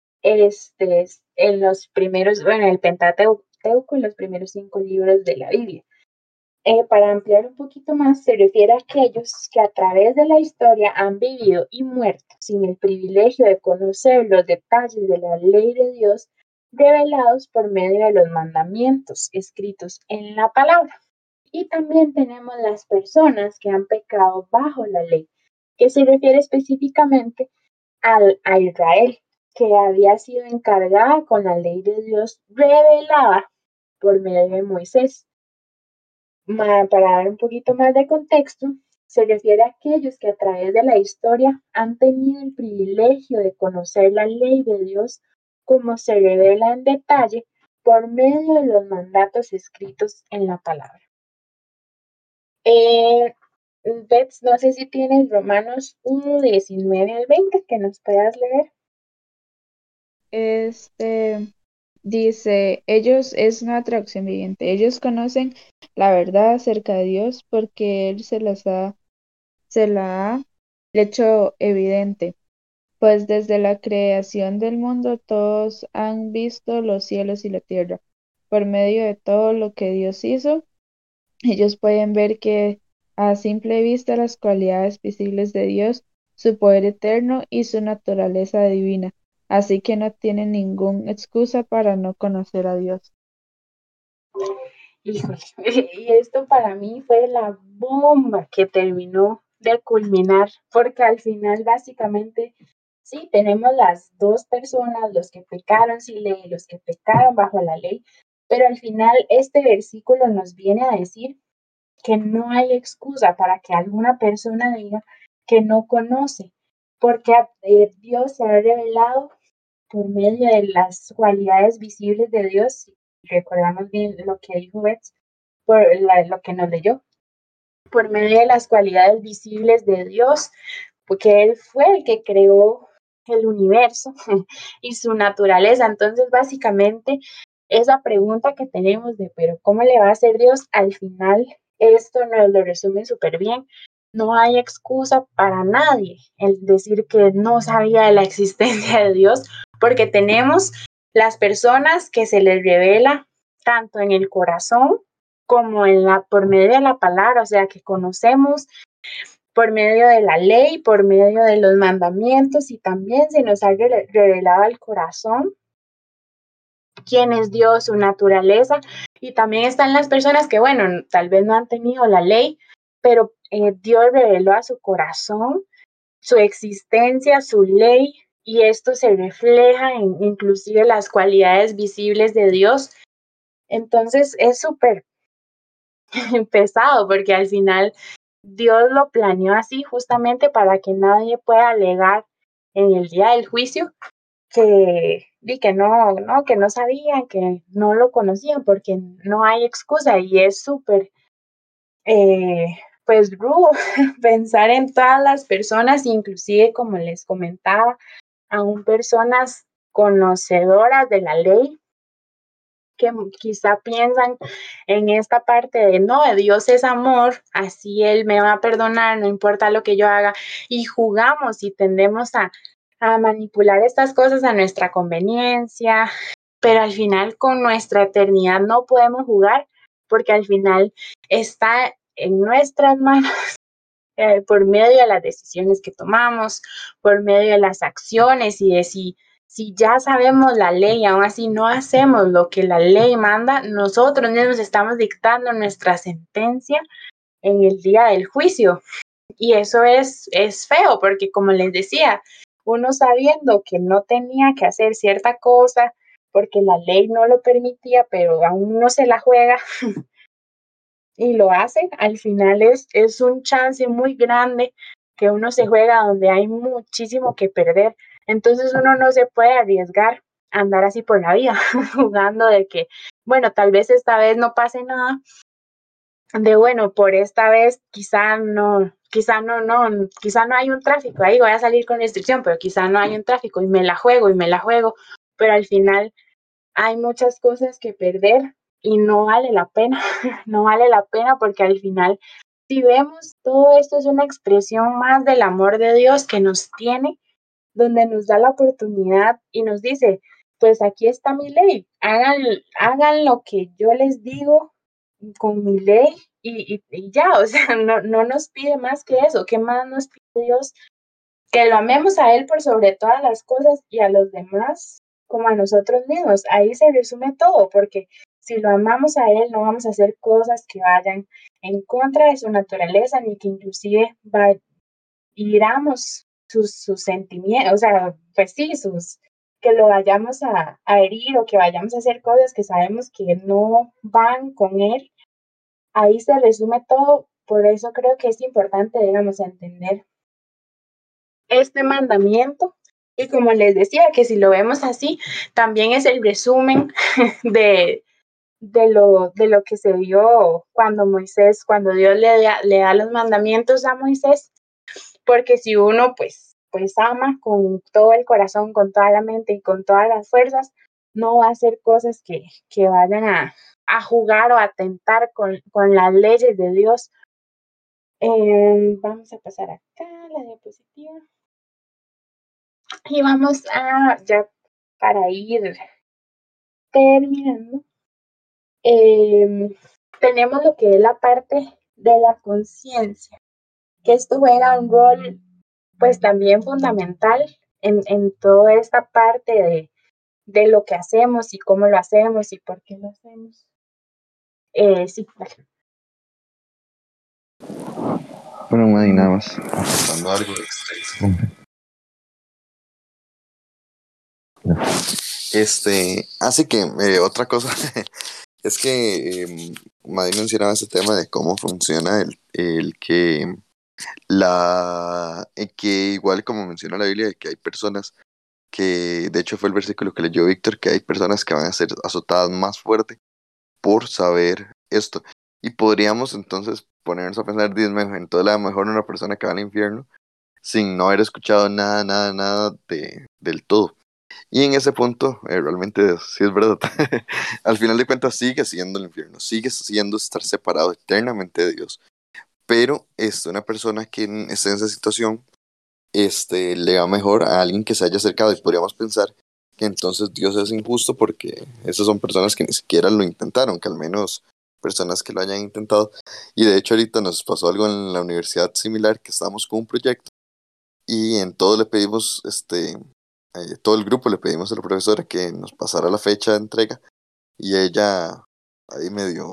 en los primeros, bueno, el Pentateuco, en los primeros 5 libros de la Biblia. Para ampliar un poquito más, se refiere a aquellos que a través de la historia han vivido y muerto sin el privilegio de conocer los detalles de la ley de Dios revelados por medio de los mandamientos escritos en la palabra. Y también tenemos las personas que han pecado bajo la ley, que se refiere específicamente a Israel, que había sido encargada con la ley de Dios revelada por medio de Moisés. Para dar un poquito más de contexto, se refiere a aquellos que a través de la historia han tenido el privilegio de conocer la ley de Dios como se revela en detalle por medio de los mandatos escritos en la palabra. Bets, no sé si tienes Romanos 1, 19 al 20 que nos puedas leer. Dice, ellos es una traducción viviente. Ellos conocen la verdad acerca de Dios porque Él se la ha hecho evidente. Pues desde la creación del mundo todos han visto los cielos y la tierra. Por medio de todo lo que Dios hizo, ellos pueden ver que a simple vista las cualidades visibles de Dios, su poder eterno y su naturaleza divina. Así que no tienen ninguna excusa para no conocer a Dios. Híjole, y esto para mí fue la bomba que terminó de culminar, porque al final básicamente sí, tenemos las dos personas, los que pecaron sin ley y los que pecaron bajo la ley, pero al final este versículo nos viene a decir que no hay excusa para que alguna persona diga que no conoce, porque Dios se ha revelado por medio de las cualidades visibles de Dios. Si recordamos bien lo que dijo Beth, lo que nos leyó, por medio de las cualidades visibles de Dios, porque Él fue el que creó el universo y su naturaleza. Entonces, básicamente, esa pregunta que tenemos de, pero ¿cómo le va a hacer Dios? Al final, esto nos lo resume súper bien. No hay excusa para nadie el decir que no sabía de la existencia de Dios, porque tenemos las personas que se les revela tanto en el corazón como por medio de la palabra, o sea, que conocemos por medio de la ley, por medio de los mandamientos, y también se nos ha revelado al corazón quién es Dios, su naturaleza, y también están las personas que, bueno, tal vez no han tenido la ley, pero Dios reveló a su corazón su existencia, su ley, y esto se refleja en inclusive las cualidades visibles de Dios. Entonces es súper pesado porque al final Dios lo planeó así justamente para que nadie pueda alegar en el día del juicio que no sabían, que no lo conocían, porque no hay excusa y es súper, pues, rudo pensar en todas las personas, inclusive como les comentaba, aún personas conocedoras de la ley, que quizá piensan en esta parte de no, Dios es amor, así Él me va a perdonar, no importa lo que yo haga, y jugamos y tendemos a manipular estas cosas a nuestra conveniencia, pero al final con nuestra eternidad no podemos jugar, porque al final está en nuestras manos por medio de las decisiones que tomamos, por medio de las acciones y de si ya sabemos la ley y aún así no hacemos lo que la ley manda, nosotros mismos estamos dictando nuestra sentencia en el día del juicio. Y eso es feo porque, como les decía, uno sabiendo que no tenía que hacer cierta cosa porque la ley no lo permitía, pero aún uno se la juega y lo hace, al final es un chance muy grande que uno se juega donde hay muchísimo que perder. Entonces uno no se puede arriesgar a andar así por la vida, jugando de que, bueno, tal vez esta vez no pase nada, de bueno, por esta vez quizá no hay un tráfico, ahí voy a salir con restricción, pero quizá no hay un tráfico y me la juego, pero al final hay muchas cosas que perder y no vale la pena, no vale la pena porque al final, si vemos, todo esto es una expresión más del amor de Dios que nos tiene, donde nos da la oportunidad y nos dice, pues aquí está mi ley, hagan lo que yo les digo con mi ley y ya, o sea, no nos pide más que eso, ¿qué más nos pide Dios? Que lo amemos a Él por sobre todas las cosas y a los demás como a nosotros mismos. Ahí se resume todo, porque si lo amamos a Él, no vamos a hacer cosas que vayan en contra de su naturaleza, ni que inclusive hiramos sus sentimientos, o sea, pues sí, que lo vayamos a herir o que vayamos a hacer cosas que sabemos que no van con Él. Ahí se resume todo, por eso creo que es importante, digamos, entender este mandamiento. Y como les decía, que si lo vemos así, también es el resumen de de lo que se vio cuando Dios le da los mandamientos a Moisés, porque si uno pues ama con todo el corazón, con toda la mente y con todas las fuerzas, no va a hacer cosas que vayan a jugar o a atentar con las leyes de Dios. Vamos a pasar acá la diapositiva y vamos a, ya para ir terminando, tenemos lo que es la parte de la conciencia, que esto juega un rol pues también fundamental en toda esta parte de lo que hacemos y cómo lo hacemos y por qué lo hacemos. Sí, vale. Bueno, Maddy, nada más aportando algo extra. Así que otra cosa es que Maddy mencionaba ese tema de cómo funciona el que que igual como menciona la Biblia, que hay personas que, de hecho fue el versículo que leyó Víctor, que hay personas que van a ser azotadas más fuerte por saber esto. Y podríamos entonces ponernos a pensar, dime, entonces a lo mejor una persona que va al infierno sin no haber escuchado nada del todo. Y en ese punto, realmente sí es verdad. Al final de cuentas sigue siendo el infierno, sigue siendo estar separado eternamente de Dios. Pero una persona que esté en esa situación, le va mejor a alguien que se haya acercado, y podríamos pensar que entonces Dios es injusto porque esas son personas que ni siquiera lo intentaron, que al menos personas que lo hayan intentado. Y de hecho ahorita nos pasó algo en la universidad similar, que estábamos con un proyecto y en todo le pedimos, todo el grupo le pedimos a la profesora que nos pasara la fecha de entrega, y ella ahí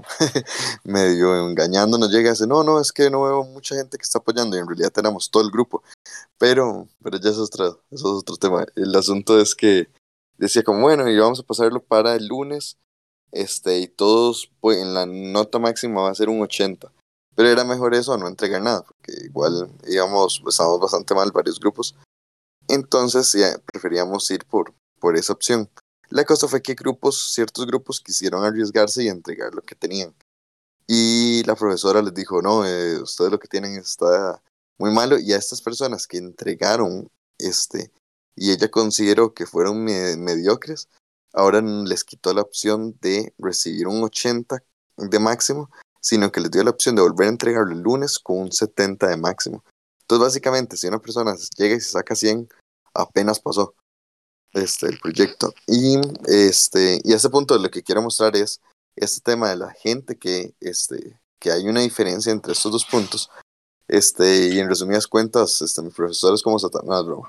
medio engañándonos llega y dice, no, es que no veo mucha gente que está apoyando, y en realidad tenemos todo el grupo. Pero ya eso es otro tema. El asunto es que decía como, bueno, y vamos a pasarlo para el lunes, y todos, pues, en la nota máxima va a ser un 80. Pero era mejor eso a no entregar nada, porque igual estábamos bastante mal varios grupos. Entonces ya preferíamos ir por esa opción. La cosa fue que ciertos grupos quisieron arriesgarse y entregar lo que tenían. Y la profesora les dijo, no, ustedes lo que tienen está muy malo. Y a estas personas que entregaron, y ella consideró que fueron mediocres, ahora les quitó la opción de recibir un 80 de máximo, sino que les dio la opción de volver a entregarlo el lunes con un 70 de máximo. Entonces, básicamente, si una persona llega y se saca 100, apenas pasó el proyecto. Y a ese punto lo que quiero mostrar es este tema de la gente que hay una diferencia entre estos dos puntos. Y en resumidas cuentas, mi profesor es como Satanás, broma.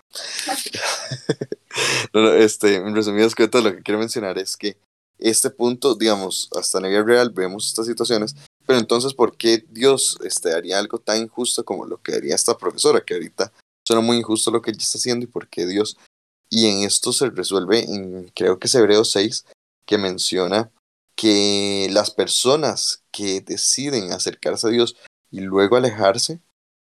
No, en resumidas cuentas, lo que quiero mencionar es que este punto, digamos, hasta en la vida real vemos estas situaciones, pero entonces, ¿por qué Dios haría algo tan injusto como lo que haría esta profesora, que ahorita suena muy injusto lo que ella está haciendo? ¿Y por qué Dios? Y en esto se resuelve creo que es Hebreos 6, que menciona que las personas que deciden acercarse a Dios y luego alejarse,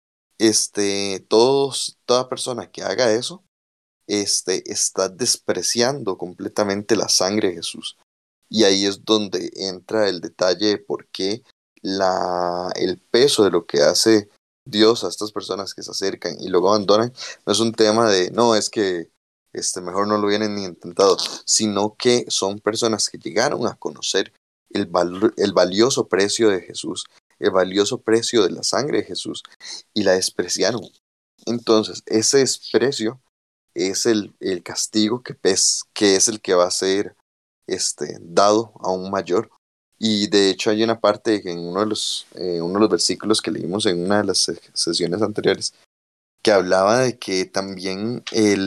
toda persona que haga eso, está despreciando completamente la sangre de Jesús. Y ahí es donde entra el detalle de por qué el peso de lo que hace Dios a estas personas que se acercan y luego abandonan, no es un tema de, no, es que mejor no lo hubieran ni intentado, sino que son personas que llegaron a conocer el valioso precio de Jesús, el valioso precio de la sangre de Jesús, y la despreciaron. Entonces, ese desprecio es el castigo que es el que va a ser dado aún mayor. Y de hecho hay una parte en uno de los versículos que leímos en una de las sesiones anteriores, que hablaba de que también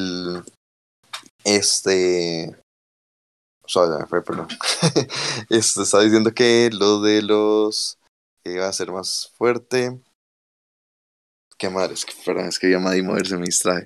perdón. Está diciendo que lo de los va a ser más fuerte. Qué madre, es que llamada y moverse me distrae.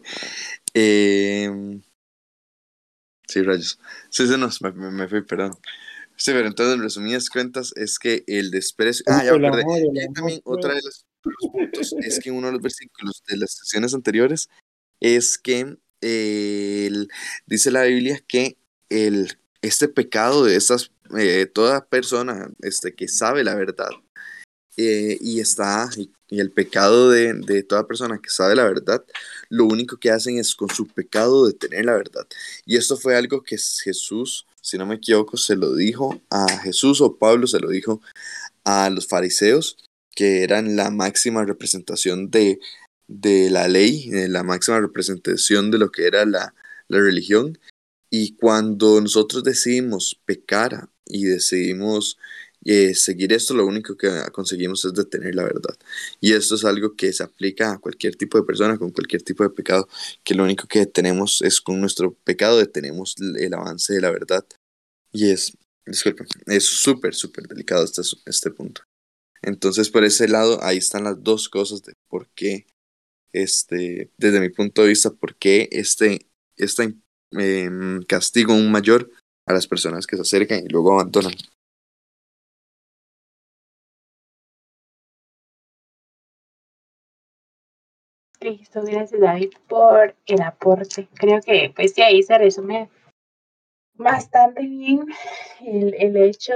Sí, rayos. Sí, me fui, perdón. Sí, pero entonces, en resumidas cuentas, es que el desprecio. Ya me El acordé. amor, el Y amor. también otra de los puntos es que uno de los versículos de las sesiones anteriores es que dice la Biblia que este pecado de toda persona que sabe la verdad, y el pecado de toda persona que sabe la verdad, lo único que hacen es con su pecado detener la verdad. Y esto fue algo que Jesús, si no me equivoco, se lo dijo a Jesús, o Pablo se lo dijo a los fariseos, que eran la máxima representación de la ley, la máxima representación de lo que era la religión. Y cuando nosotros decidimos pecar y decidimos seguir esto, lo único que conseguimos es detener la verdad. Y esto es algo que se aplica a cualquier tipo de persona, con cualquier tipo de pecado, que lo único que tenemos es con nuestro pecado detenemos el avance de la verdad. Y disculpen, es súper, súper delicado este punto. Entonces, por ese lado, ahí están las dos cosas de por qué, desde mi punto de vista, por qué este castigo aún mayor a las personas que se acercan y luego abandonan. Listo, gracias David por el aporte. Creo que pues de ahí se resume bastante bien el hecho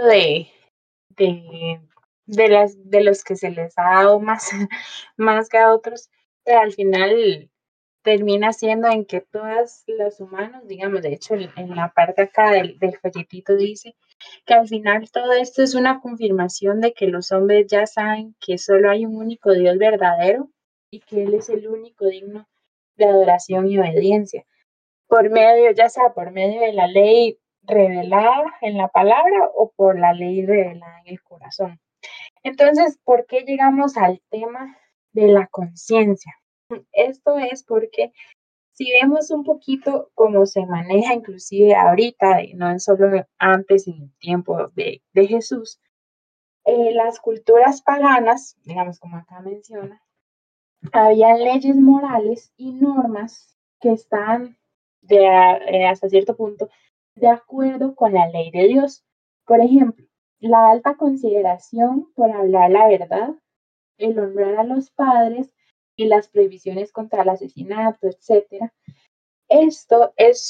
de los que se les ha dado más, más que a otros, pero al final termina siendo en que todos los humanos, digamos, de hecho en la parte acá del folletito dice que al final todo esto es una confirmación de que los hombres ya saben que solo hay un único Dios verdadero y que Él es el único digno de adoración y obediencia. Por medio, ya sea por medio de la ley revelada en la palabra o por la ley revelada en el corazón. Entonces, ¿por qué llegamos al tema de la conciencia? Esto es porque si vemos un poquito cómo se maneja inclusive ahorita, no es solo antes en el tiempo de Jesús, las culturas paganas, digamos como acá menciona, había leyes morales y normas que están hasta cierto punto de acuerdo con la ley de Dios. Por ejemplo, la alta consideración por hablar la verdad, el honrar a los padres y las prohibiciones contra el asesinato, etcétera. Esto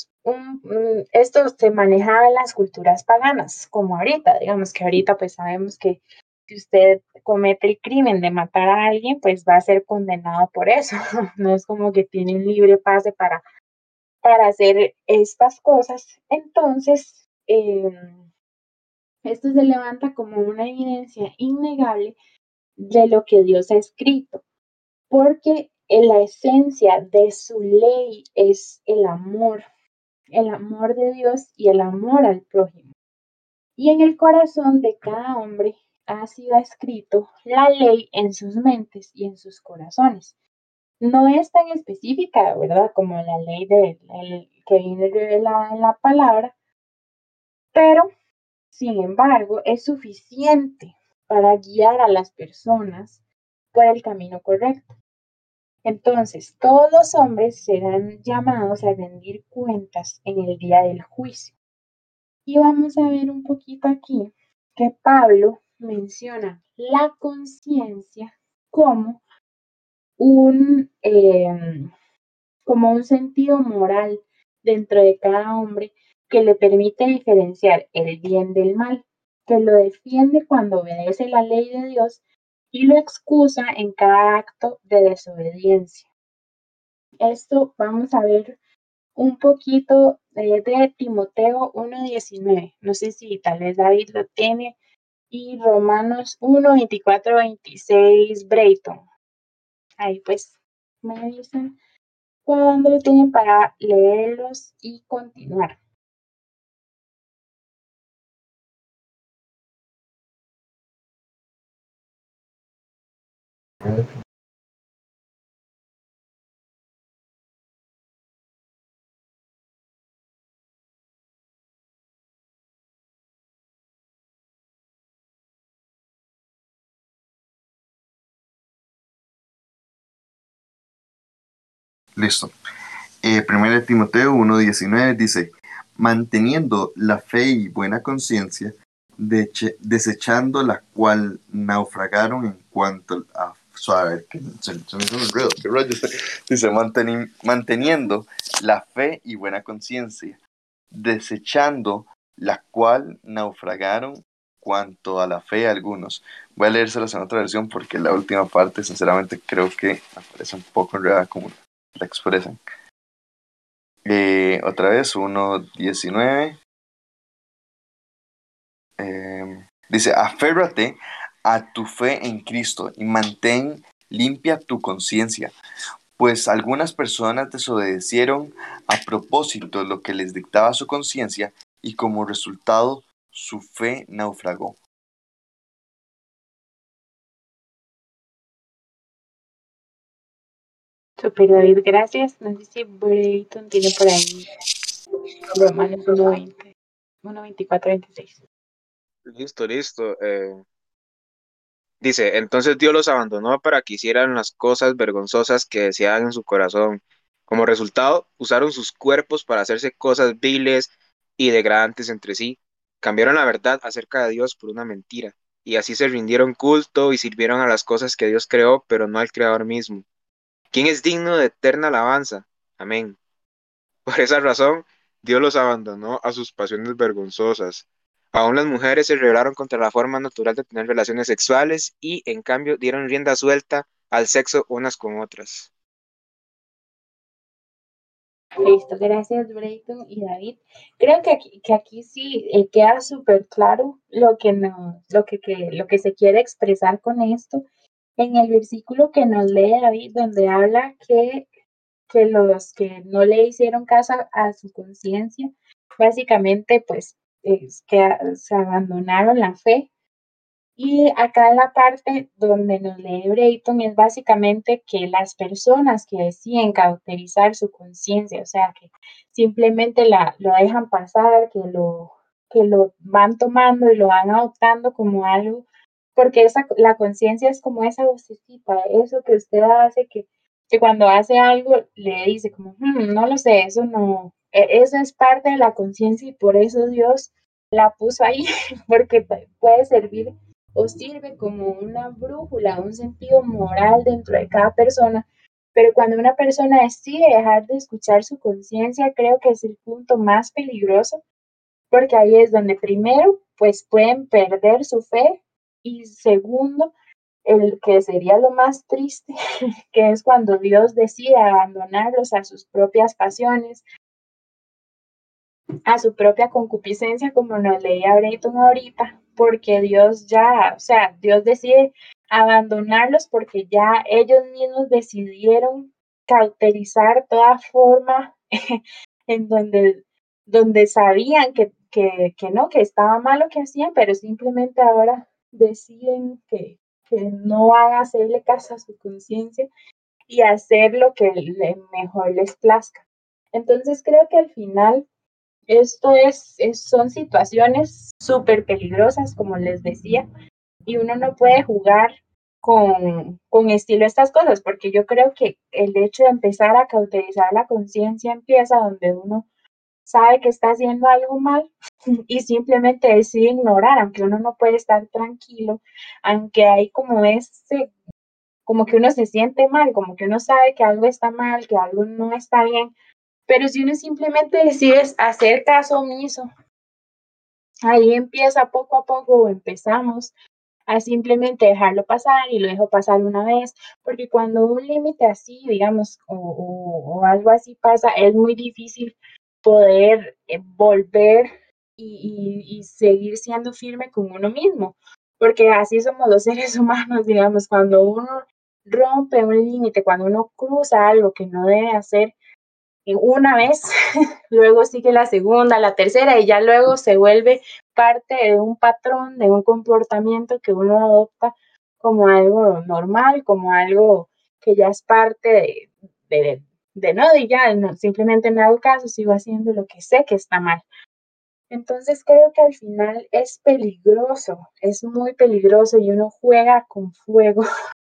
se manejaba en las culturas paganas, como ahorita, digamos que ahorita pues sabemos que si usted comete el crimen de matar a alguien, pues va a ser condenado por eso. No es como que tiene un libre pase para hacer estas cosas. Entonces, esto se levanta como una evidencia innegable de lo que Dios ha escrito, porque en la esencia de su ley es el amor de Dios y el amor al prójimo. Y en el corazón de cada hombre ha sido escrito la ley en sus mentes y en sus corazones. No es tan específica, ¿verdad? Como la ley que viene revelada en la palabra, pero sin embargo es suficiente para guiar a las personas por el camino correcto. Entonces, todos los hombres serán llamados a rendir cuentas en el día del juicio. Y vamos a ver un poquito aquí que Pablo menciona la conciencia como como un sentido moral dentro de cada hombre que le permite diferenciar el bien del mal, que lo defiende cuando obedece la ley de Dios y lo excusa en cada acto de desobediencia. Esto vamos a ver un poquito de Timoteo 1:19. No sé si tal vez David lo tiene. Y Romanos 1:24-26, Brayton. Ahí pues me dicen cuándo lo tienen para leerlos y continuar. Listo. 1 Timoteo 1:19 dice, manteniendo la fe y buena conciencia, desechando la cual naufragaron en cuanto a... Suave, que se me hizo un enredo, ¿qué rollo? Dice, manteniendo la fe y buena conciencia, desechando la cual naufragaron cuanto a la fe algunos. Voy a leérselas en otra versión porque la última parte, sinceramente, creo que aparece un poco enredada como la expresan. Otra vez, 1:19. Dice, aférrate a tu fe en Cristo y mantén limpia tu conciencia, pues algunas personas desobedecieron a propósito lo que les dictaba su conciencia y como resultado su fe naufragó. Super David, gracias. No sé si Brayton tiene por ahí Romanos 1:20, 1:24, 26. Listo. Dice, entonces Dios los abandonó para que hicieran las cosas vergonzosas que deseaban en su corazón. Como resultado, usaron sus cuerpos para hacerse cosas viles y degradantes entre sí. Cambiaron la verdad acerca de Dios por una mentira, y así se rindieron culto y sirvieron a las cosas que Dios creó, pero no al Creador mismo. ¿Quién es digno de eterna alabanza? Amén. Por esa razón, Dios los abandonó a sus pasiones vergonzosas. Aún las mujeres se rebelaron contra la forma natural de tener relaciones sexuales y, en cambio, dieron rienda suelta al sexo unas con otras. Listo, gracias Brayton y David. Creo que aquí sí queda súper claro lo que se quiere expresar con esto. En el versículo que nos lee David, donde habla que los que no le hicieron caso a su conciencia, básicamente pues es que se abandonaron la fe. Y acá en la parte donde nos lee Brayton es básicamente que las personas que deciden cauterizar su conciencia, o sea, que simplemente lo dejan pasar, que lo van tomando y lo van adoptando como algo, porque la conciencia es como esa vocecita, eso que usted hace, que cuando hace algo le dice como, no lo sé, eso no, eso es parte de la conciencia y por eso Dios la puso ahí, porque puede servir o sirve como una brújula, un sentido moral dentro de cada persona. Pero cuando una persona decide dejar de escuchar su conciencia, creo que es el punto más peligroso, porque ahí es donde primero, pues pueden perder su fe y segundo, el que sería lo más triste, que es cuando Dios decide abandonarlos a sus propias pasiones, a su propia concupiscencia, como nos leía Brayton ahorita, porque Dios ya, o sea, Dios decide abandonarlos porque ya ellos mismos decidieron cauterizar toda forma en donde sabían que no, que estaba mal lo que hacían, pero simplemente ahora deciden que no van a hacerle caso a su conciencia y hacer lo que mejor les plazca. Entonces creo que al final esto son situaciones súper peligrosas, como les decía, y uno no puede jugar con estilo estas cosas, porque yo creo que el hecho de empezar a cauterizar la conciencia empieza donde uno sabe que está haciendo algo mal y simplemente decide ignorar, aunque uno no puede estar tranquilo, aunque hay como que uno se siente mal, como que uno sabe que algo está mal, que algo no está bien, pero si uno simplemente decide hacer caso omiso, ahí empieza poco a poco, empezamos a simplemente dejarlo pasar y lo dejo pasar una vez, porque cuando un límite así, digamos, o algo así pasa, es muy difícil poder volver y seguir siendo firme con uno mismo, porque así somos los seres humanos, digamos, cuando uno rompe un límite, cuando uno cruza algo que no debe hacer, una vez, luego sigue la segunda, la tercera y ya luego se vuelve parte de un patrón, de un comportamiento que uno adopta como algo normal, como algo que ya es parte de no, y ya no, simplemente no hago caso, sigo haciendo lo que sé que está mal. Entonces creo que al final es peligroso, es muy peligroso y uno juega con fuego.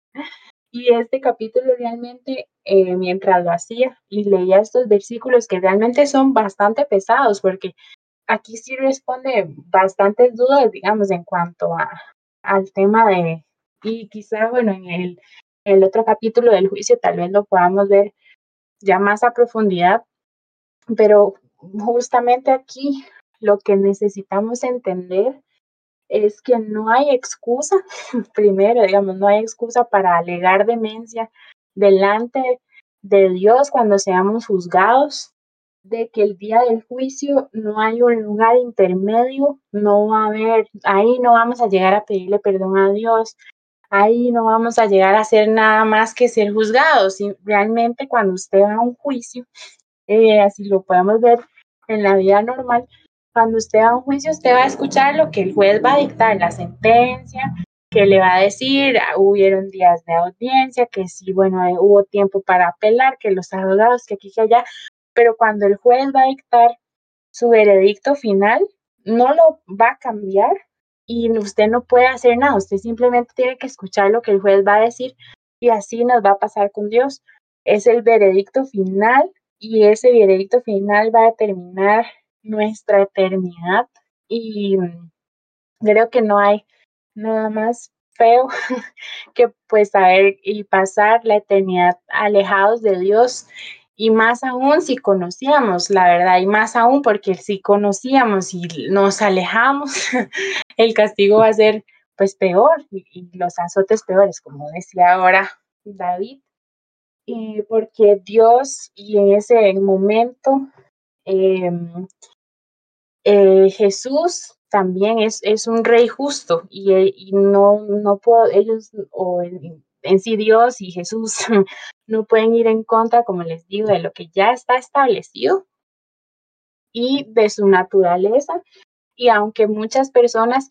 Y este capítulo realmente, mientras lo hacía y leía estos versículos que realmente son bastante pesados, porque aquí sí responde bastantes dudas, digamos, en cuanto al tema y quizá, bueno, en el otro capítulo del juicio tal vez lo podamos ver ya más a profundidad, pero justamente aquí lo que necesitamos entender es que no hay excusa, primero, digamos, no hay excusa para alegar demencia delante de Dios cuando seamos juzgados, de que el día del juicio no hay un lugar intermedio, no va a haber, ahí no vamos a llegar a pedirle perdón a Dios, ahí no vamos a llegar a hacer nada más que ser juzgados. Y realmente cuando usted va a un juicio, así lo podemos ver en la vida normal, cuando usted va a un juicio, usted va a escuchar lo que el juez va a dictar, la sentencia, que le va a decir, hubieron días de audiencia, que sí, bueno, hubo tiempo para apelar, que los abogados, que aquí, que allá, pero cuando el juez va a dictar su veredicto final, no lo va a cambiar y usted no puede hacer nada, usted simplemente tiene que escuchar lo que el juez va a decir y así nos va a pasar con Dios. Es el veredicto final y ese veredicto final va a determinar nuestra eternidad y creo que no hay nada más feo que pues saber y pasar la eternidad alejados de Dios y más aún si conocíamos la verdad y más aún porque si conocíamos y nos alejamos el castigo va a ser pues peor y los azotes peores como decía ahora David y porque Dios y en ese momento eh, Jesús también es un rey justo y no puedo, ellos o en sí Dios y Jesús no pueden ir en contra, como les digo, de lo que ya está establecido y de su naturaleza. Y aunque muchas personas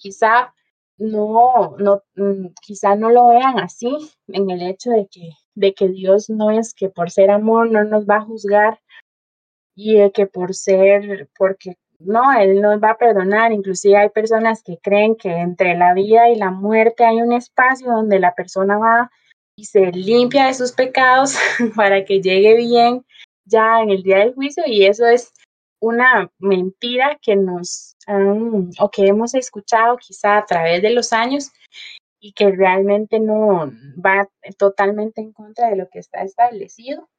quizá no lo vean así, en el hecho de que Dios no es que por ser amor no nos va a juzgar y de que porque no, Él nos va a perdonar. Inclusive hay personas que creen que entre la vida y la muerte hay un espacio donde la persona va y se limpia de sus pecados para que llegue bien ya en el día del juicio y eso es una mentira que nos han o que hemos escuchado quizá a través de los años y que realmente no va totalmente en contra de lo que está establecido.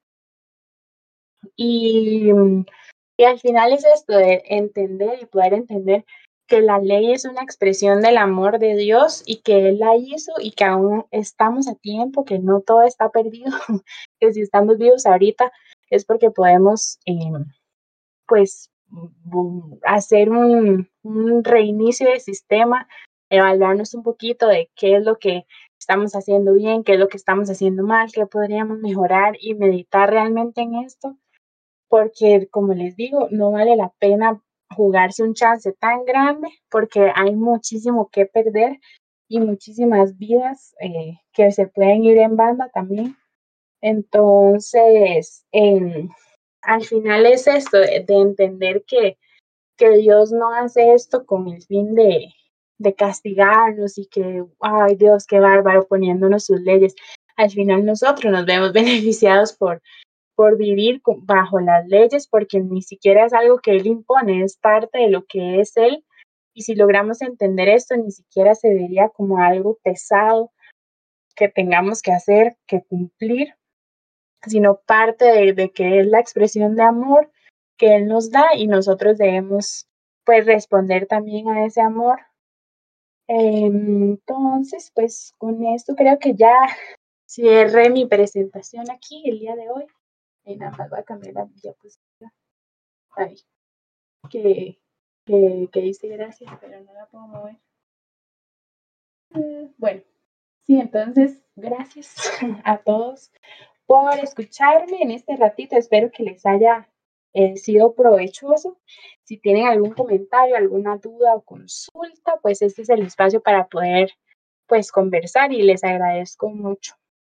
Y y al final es esto de entender y poder entender que la ley es una expresión del amor de Dios y que Él la hizo y que aún estamos a tiempo, que no todo está perdido, que si estamos vivos ahorita es porque podemos, pues, hacer un reinicio del sistema, evaluarnos un poquito de qué es lo que estamos haciendo bien, qué es lo que estamos haciendo mal, qué podríamos mejorar y meditar realmente en esto porque, como les digo, no vale la pena jugarse un chance tan grande porque hay muchísimo que perder y muchísimas vidas que se pueden ir en banda también. Entonces, al final es esto de entender que Dios no hace esto con el fin de castigarnos y que, ay Dios, qué bárbaro poniéndonos sus leyes. Al final nosotros nos vemos beneficiados por vivir bajo las leyes, porque ni siquiera es algo que Él impone, es parte de lo que es Él. Y si logramos entender esto, ni siquiera se vería como algo pesado que tengamos que hacer, que cumplir, sino parte de que es la expresión de amor que Él nos da y nosotros debemos pues responder también a ese amor. Entonces, pues con esto creo que ya cierré mi presentación aquí el día de hoy. Y nada más voy a cambiar la diapositiva. Ay, que dice gracias, pero no la puedo mover. Bueno, sí, entonces, gracias a todos por escucharme en este ratito. Espero que les haya sido provechoso. Si tienen algún comentario, alguna duda o consulta, pues este es el espacio para poder pues conversar y les agradezco mucho.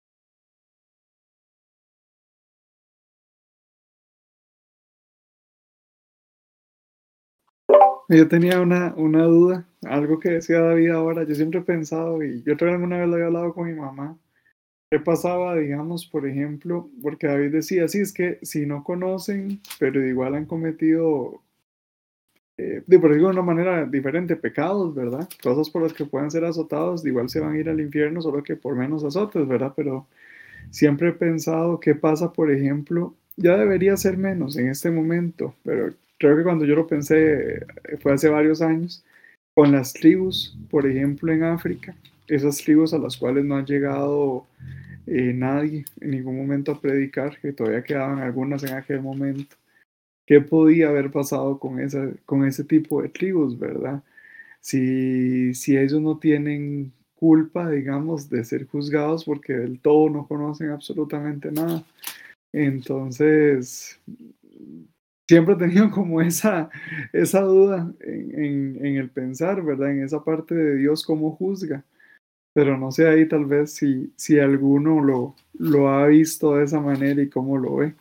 Yo tenía una duda, algo que decía David ahora. Yo siempre he pensado, y yo también alguna vez lo había hablado con mi mamá, ¿qué pasaba, digamos, por ejemplo? Porque David decía, sí, es que si no conocen, pero igual han cometido, por decirlo de una manera diferente, pecados, ¿verdad? Cosas por las que pueden ser azotados, igual se van a ir al infierno, solo que por menos azotes, ¿verdad? Pero siempre he pensado, ¿qué pasa, por ejemplo? Ya debería ser menos en este momento, pero creo que cuando yo lo pensé fue hace varios años, con las tribus, por ejemplo, en África, esas tribus a las cuales no ha llegado nadie en ningún momento a predicar, que todavía quedaban algunas en aquel momento. ¿Qué podía haber pasado con ese tipo de tribus, verdad? Si ellos no tienen culpa, digamos, de ser juzgados porque del todo no conocen absolutamente nada. Entonces, siempre he tenido como esa duda en el pensar, ¿verdad? En esa parte de Dios, cómo juzga. Pero no sé ahí tal vez si alguno lo ha visto de esa manera y cómo lo ve.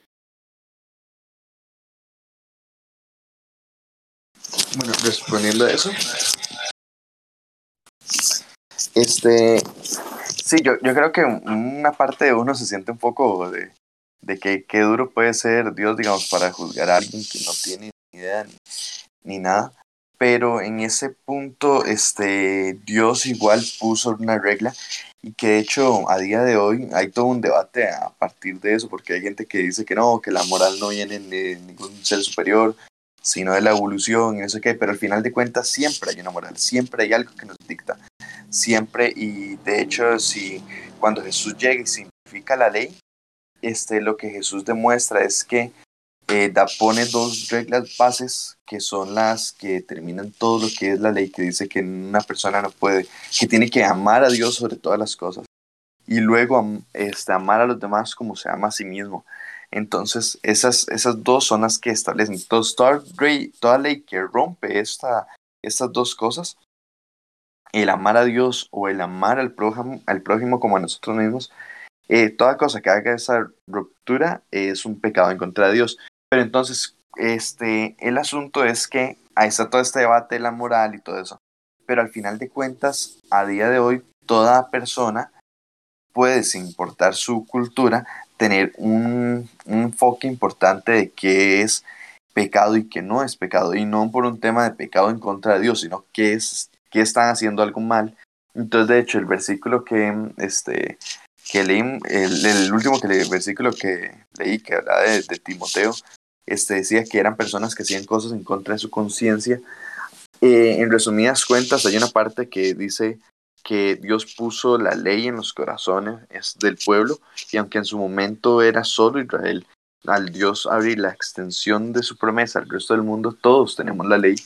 Bueno, respondiendo a eso, sí, yo creo que una parte de uno se siente un poco de que qué duro puede ser Dios, digamos, para juzgar a alguien que no tiene ni idea ni nada. Pero en ese punto, Dios igual puso una regla y que de hecho a día de hoy hay todo un debate a partir de eso, porque hay gente que dice que no, que la moral no viene de ningún ser superior, sino de la evolución y no sé qué, pero al final de cuentas siempre hay una moral, siempre hay algo que nos dicta, siempre, y de hecho si cuando Jesús llega y simplifica la ley, lo que Jesús demuestra es que pone dos reglas bases que son las que determinan todo lo que es la ley, que dice que una persona no puede, que tiene que amar a Dios sobre todas las cosas y luego amar a los demás como se ama a sí mismo. Entonces esas dos son las que establecen. Entonces toda ley que rompe estas dos cosas, el amar a Dios o el amar al prójimo como a nosotros mismos, toda cosa que haga esa ruptura es un pecado en contra de Dios. Pero entonces, el asunto es que ahí está todo este debate de la moral y todo eso. Pero al final de cuentas, a día de hoy, toda persona puede, sin importar su cultura, tener un enfoque importante de qué es pecado y qué no es pecado. Y no por un tema de pecado en contra de Dios, sino que están haciendo algo mal. Entonces, de hecho, el versículo que leí, el último versículo que leí, que hablaba de Timoteo, decía que eran personas que hacían cosas en contra de su conciencia. En resumidas cuentas, hay una parte que dice que Dios puso la ley en los corazones del pueblo, y aunque en su momento era solo Israel, al Dios abrir la extensión de su promesa al resto del mundo, todos tenemos la ley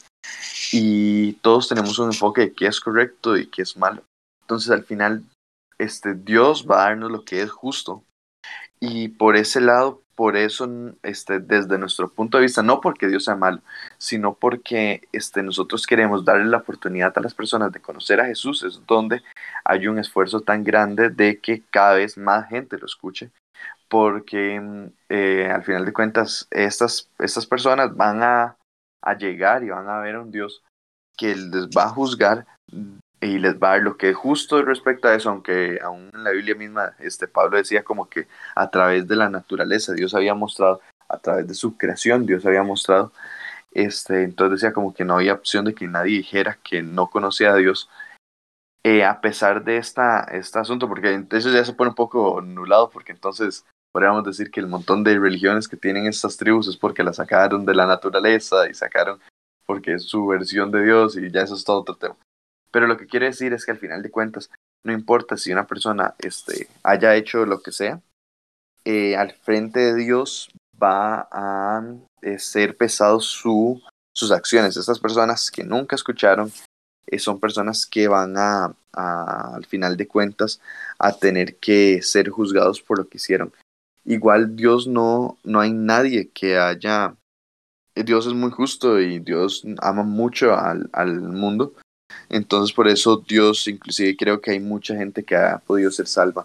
y todos tenemos un enfoque de qué es correcto y qué es malo. Entonces, al final, Dios va a darnos lo que es justo. Y por ese lado, por eso, desde nuestro punto de vista, no porque Dios sea malo, sino porque nosotros queremos darle la oportunidad a las personas de conocer a Jesús, es donde hay un esfuerzo tan grande de que cada vez más gente lo escuche, porque al final de cuentas, estas personas van a llegar y van a ver a un Dios que les va a juzgar y les va a dar lo que es justo respecto a eso, aunque aún en la Biblia misma Pablo decía como que a través de la naturaleza Dios había mostrado, a través de su creación Dios había mostrado, entonces decía como que no había opción de que nadie dijera que no conocía a Dios, a pesar de este asunto, porque entonces ya se pone un poco anulado, porque entonces podríamos decir que el montón de religiones que tienen estas tribus es porque las sacaron de la naturaleza y sacaron porque es su versión de Dios, y ya eso es todo otro tema. Pero lo que quiere decir es que al final de cuentas, no importa si una persona haya hecho lo que sea, al frente de Dios va a ser pesado sus acciones. Estas personas que nunca escucharon son personas que van al final de cuentas, a tener que ser juzgados por lo que hicieron. Igual Dios no hay nadie que haya... Dios es muy justo y Dios ama mucho al mundo. Entonces por eso Dios, inclusive creo que hay mucha gente que ha podido ser salva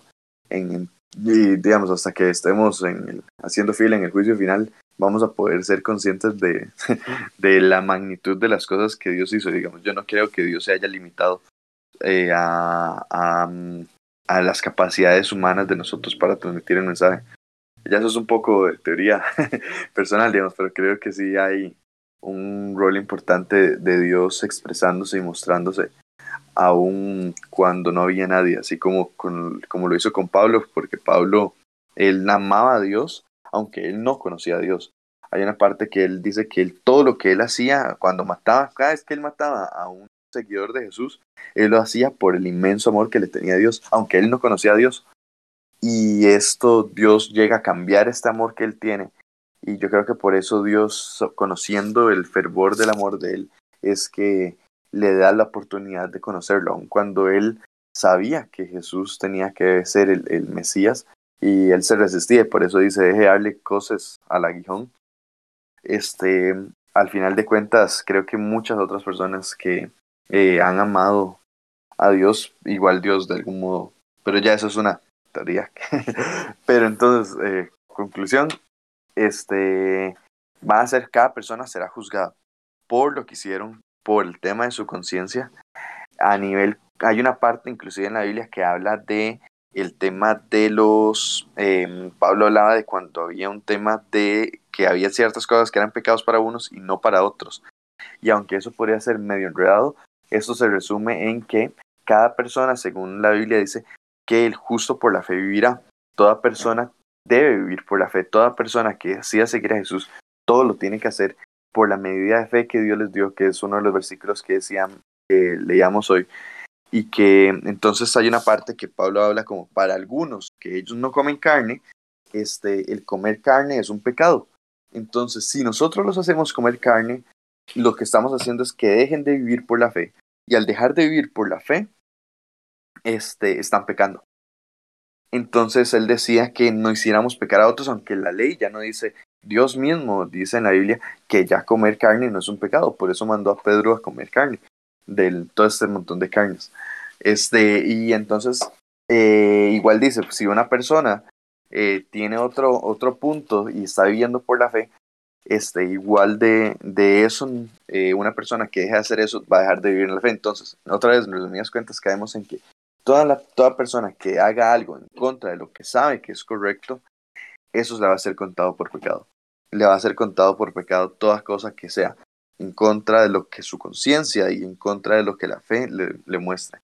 y, digamos, hasta que estemos haciendo fila en el juicio final, vamos a poder ser conscientes de la magnitud de las cosas que Dios hizo. Digamos, yo no creo que Dios se haya limitado a las capacidades humanas de nosotros para transmitir el mensaje. Ya eso es un poco de teoría personal, digamos, pero creo que sí hay un rol importante de Dios expresándose y mostrándose aún cuando no había nadie, así como lo hizo con Pablo, porque Pablo, él amaba a Dios, aunque él no conocía a Dios. hay una parte que él dice que todo lo que él hacía cuando mataba, cada vez que él mataba a un seguidor de Jesús, él lo hacía por el inmenso amor que le tenía a Dios, aunque él no conocía a Dios. Y esto, Dios llega a cambiar este amor que él tiene. Y yo creo que por eso Dios, conociendo el fervor del amor de él, es que le da la oportunidad de conocerlo, aun cuando él sabía que Jesús tenía que ser el Mesías, y él se resistía, y por eso dice, deje darle cosas al aguijón. Este, al final de cuentas, creo que muchas otras personas que han amado a Dios, igual Dios de algún modo, pero ya eso es una teoría. Pero entonces, conclusión, va a ser, cada persona será juzgada por lo que hicieron, por el tema de su conciencia. A nivel, hay una parte inclusive en la Biblia que habla de el tema de los, Pablo hablaba de cuando había un tema de que había ciertas cosas que eran pecados para unos y no para otros. Y aunque eso podría ser medio enredado, esto se resume en que cada persona, según la Biblia, dice que el justo por la fe vivirá. Toda persona debe vivir por la fe. Toda persona que decida seguir a Jesús, todo lo tiene que hacer por la medida de fe que Dios les dio, que es uno de los versículos que leíamos hoy. Y que entonces hay una parte que Pablo habla como para algunos que ellos no comen carne, el comer carne es un pecado. Entonces, si nosotros los hacemos comer carne, lo que estamos haciendo es que dejen de vivir por la fe, y al dejar de vivir por la fe, están pecando. Entonces él decía que no hiciéramos pecar a otros, aunque la ley ya no dice, Dios mismo dice en la Biblia que ya comer carne no es un pecado, por eso mandó a Pedro a comer carne, todo este montón de carnes. Y entonces, igual dice, pues, si una persona tiene otro punto y está viviendo por la fe, igual de eso, una persona que deja de hacer eso va a dejar de vivir en la fe. Entonces, otra vez, en resumidas cuentas, caemos en que toda persona que haga algo en contra de lo que sabe que es correcto, eso le va a ser contado por pecado. Le va a ser contado por pecado toda cosa que sea en contra de lo que su conciencia y en contra de lo que la fe le muestra.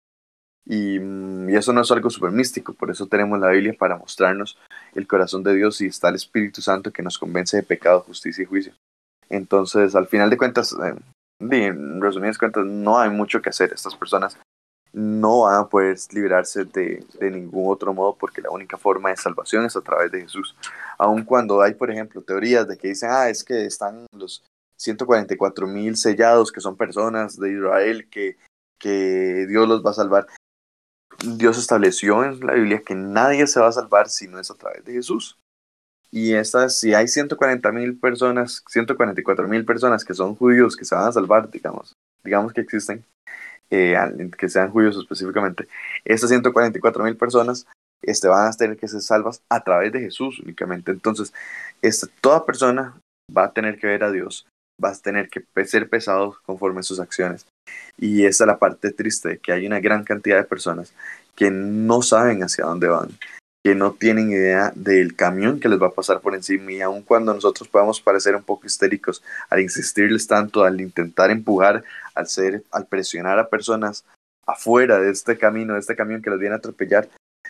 Y eso no es algo súper místico, por eso tenemos la Biblia para mostrarnos el corazón de Dios, y está el Espíritu Santo que nos convence de pecado, justicia y juicio. Entonces, al final de cuentas, en resumidas cuentas, no hay mucho que hacer. Estas personas no van a poder librarse de ningún otro modo, porque la única forma de salvación es a través de Jesús. Aun cuando hay, por ejemplo, teorías de que dicen, es que están los 144,000 sellados, que son personas de Israel, que Dios los va a salvar. Dios estableció en la Biblia que nadie se va a salvar si no es a través de Jesús. Y si hay 140,000 personas, 144,000 personas que son judíos que se van a salvar, digamos que existen, que sean judíos específicamente, estas 144,000 personas van a tener que ser salvas a través de Jesús únicamente. Entonces, toda persona va a tener que ver a Dios, va a tener que ser pesado conforme a sus acciones. Y esa es la parte triste, que hay una gran cantidad de personas que no saben hacia dónde van, que no tienen idea del camión que les va a pasar por encima. Y aun cuando nosotros podamos parecer un poco histéricos al insistirles tanto, al intentar empujar, al presionar a personas afuera de este camino, de este camión que los viene a atropellar,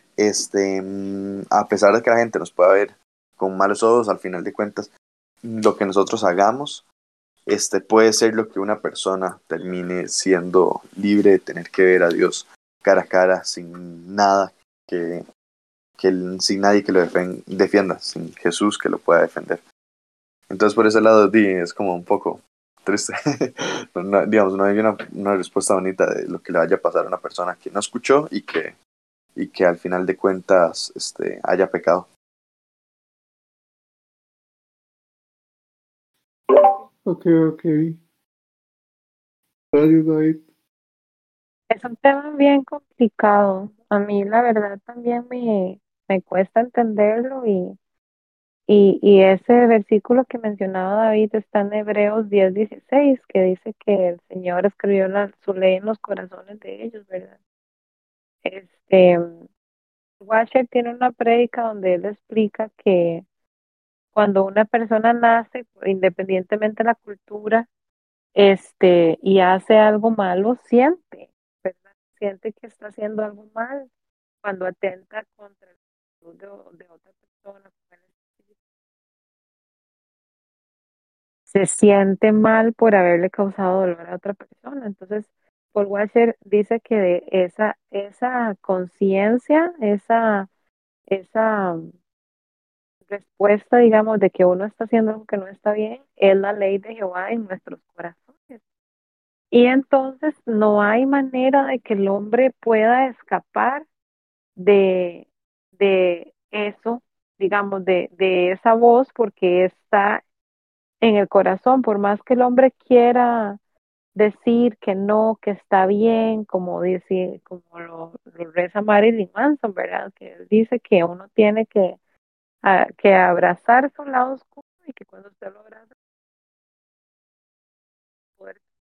a pesar de que la gente nos pueda ver con malos ojos, al final de cuentas, lo que nosotros hagamos puede ser lo que una persona termine siendo libre de tener que ver a Dios cara a cara, sin nada sin nadie que lo defienda, sin Jesús que lo pueda defender. Entonces, por ese lado, es como un poco triste. Digamos, no hay una respuesta bonita de lo que le vaya a pasar a una persona que no escuchó y que al final de cuentas haya pecado. Ok. Gracias, David. Es un tema bien complicado. A mí la verdad también me cuesta entenderlo y ese versículo que mencionaba David está en Hebreos 10:16, que dice que el Señor escribió su ley en los corazones de ellos, ¿verdad? Este, Washer tiene una prédica donde él explica que cuando una persona nace, independientemente de la cultura, y hace algo malo, siente, ¿verdad? Siente que está haciendo algo mal cuando atenta contra la salud de otra persona. se siente mal por haberle causado dolor a otra persona. Entonces, Paul Washer dice que de esa conciencia, esa respuesta, digamos, de que uno está haciendo algo que no está bien, es la ley de Jehová en nuestros corazones. Y entonces no hay manera de que el hombre pueda escapar de, de eso, digamos, de esa voz, porque está en el corazón, por más que el hombre quiera decir que no, que está bien, como dice, como lo reza Marilyn Manson, ¿verdad? Que él dice que uno tiene que abrazar su lado oscuro y que cuando usted lo abraza, poder,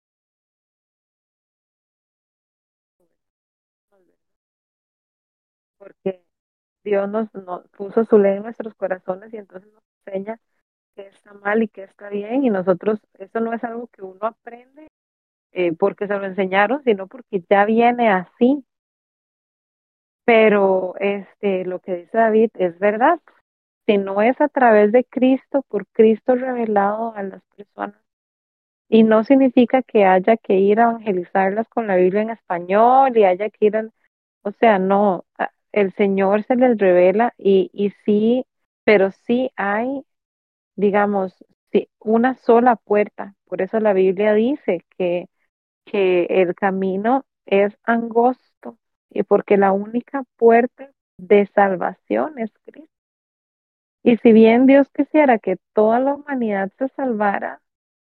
porque Dios nos puso su ley en nuestros corazones y entonces nos enseña que está mal y que está bien y nosotros, eso no es algo que uno aprende porque se lo enseñaron, sino porque ya viene así. Pero lo que dice David es verdad. Si no es a través de Cristo, por Cristo revelado a las personas, y no significa que haya que ir a evangelizarlas con la Biblia en español y haya que ir o sea, no, el Señor se les revela y sí, pero sí hay, digamos, sí, una sola puerta. Por eso la Biblia dice que el camino es angosto y porque la única puerta de salvación es Cristo. Y si bien Dios quisiera que toda la humanidad se salvara,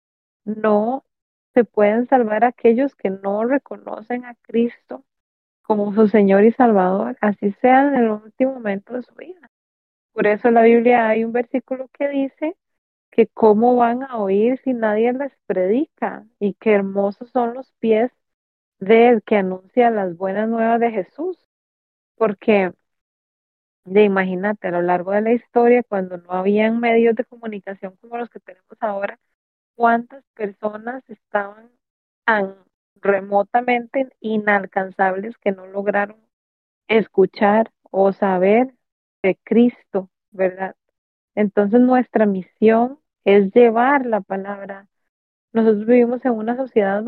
no se pueden salvar aquellos que no reconocen a Cristo como su Señor y Salvador, así sea en el último momento de su vida. Por eso en la Biblia hay un versículo que dice que cómo van a oír si nadie les predica y qué hermosos son los pies del que anuncia las buenas nuevas de Jesús, porque imagínate a lo largo de la historia, cuando no habían medios de comunicación como los que tenemos ahora, cuántas personas estaban tan remotamente inalcanzables que no lograron escuchar o saber de Cristo, ¿verdad? Entonces nuestra misión es llevar la palabra. Nosotros vivimos en una sociedad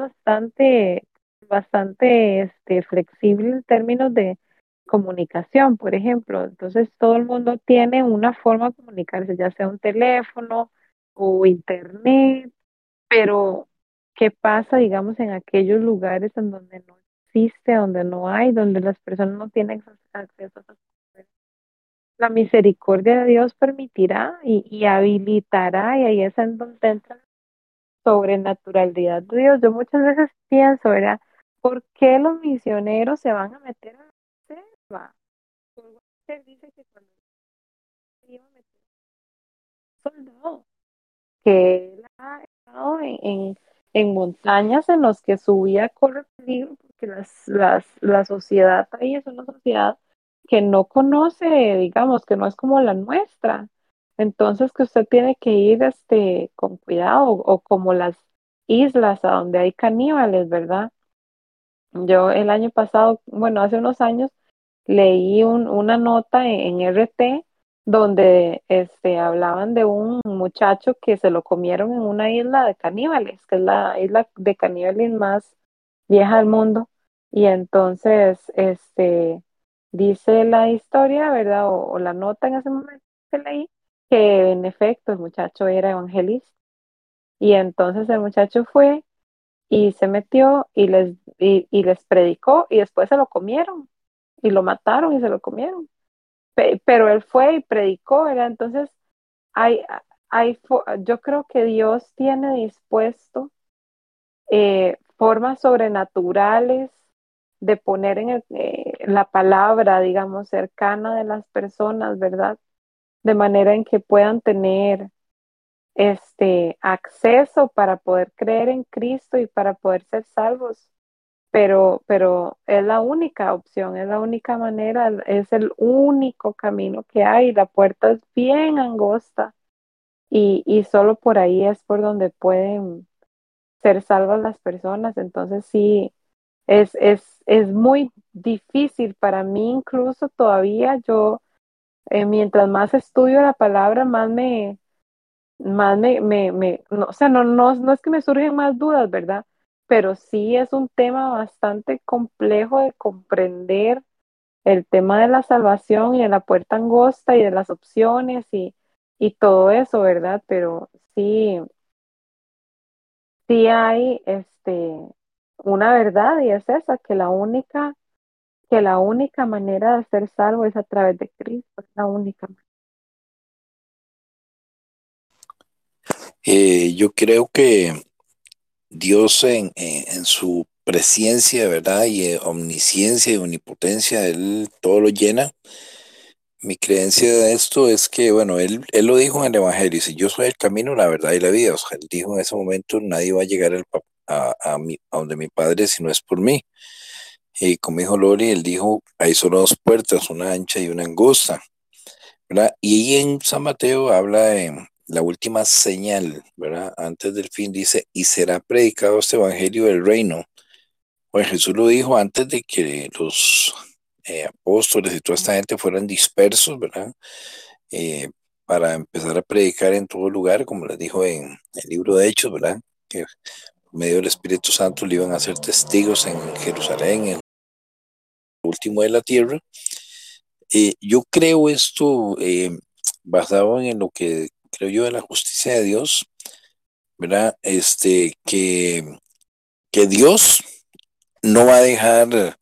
bastante flexible en términos de comunicación, por ejemplo. Entonces todo el mundo tiene una forma de comunicarse, ya sea un teléfono o internet, pero ¿qué pasa, digamos, en aquellos lugares en donde no existe, donde no hay, donde las personas no tienen acceso a esas cosas? La misericordia de Dios permitirá y habilitará, y ahí es en donde entra sobrenaturalidad de Dios. Yo muchas veces pienso, ¿verdad? ¿Por qué los misioneros se van a meter a la selva? Usted dice que cuando iba a meter soldados, que él ha estado en montañas en los que subía corre peligro, porque la sociedad ahí es una sociedad que no conoce, digamos, que no es como la nuestra. Entonces que usted tiene que ir con cuidado, o como las islas a donde hay caníbales, ¿verdad? Yo el año pasado, bueno, hace unos años, leí una nota en RT donde hablaban de un muchacho que se lo comieron en una isla de caníbales, que es la isla de caníbales más vieja del mundo. Y entonces, dice la historia, ¿verdad? O la nota en ese momento que leí, que en efecto el muchacho era evangelista. Y entonces el muchacho fue y se metió y les predicó y después se lo comieron y lo mataron y se lo comieron. Pero él fue y predicó, ¿verdad? Entonces, hay, yo creo que Dios tiene dispuesto formas sobrenaturales de poner la palabra, digamos, cercana de las personas, ¿verdad? De manera en que puedan tener acceso para poder creer en Cristo y para poder ser salvos. Pero es la única opción, es la única manera, es el único camino que hay. La puerta es bien angosta y solo por ahí es por donde pueden ser salvas las personas. Entonces sí, es muy difícil para mí, incluso todavía yo, mientras más estudio la palabra, más más no, o sea, no es que me surgen más dudas, ¿verdad? Pero sí es un tema bastante complejo de comprender el tema de la salvación y de la puerta angosta y de las opciones y todo eso, ¿verdad? Pero sí, sí hay una verdad y es esa, que la única manera de ser salvo es a través de Cristo, es la única. Yo creo que Dios en su presencia, ¿verdad? Y omnisciencia y omnipotencia, Él todo lo llena. Mi creencia de esto es que, bueno, él lo dijo en el Evangelio, dice, yo soy el camino, la verdad y la vida. O sea, él dijo en ese momento, nadie va a llegar a donde mi padre si no es por mí. Y como dijo Lori, él dijo, hay solo dos puertas, una ancha y una angosta, ¿verdad? Y ahí en San Mateo habla en la última señal, ¿verdad? Antes del fin dice, y será predicado este evangelio del reino. Pues Jesús lo dijo antes de que los apóstoles y toda esta gente fueran dispersos, ¿verdad? eh, para empezar a predicar en todo lugar, como les dijo en el libro de Hechos, ¿verdad? Que por medio del Espíritu Santo le iban a ser testigos en Jerusalén, en el último de la tierra. Yo creo esto basado en lo que creo yo de la justicia de Dios, ¿verdad? Que Dios no va a dejar,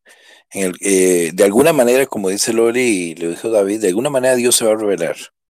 de alguna manera, como dice Lori y lo dijo David, de alguna manera Dios se va a revelar.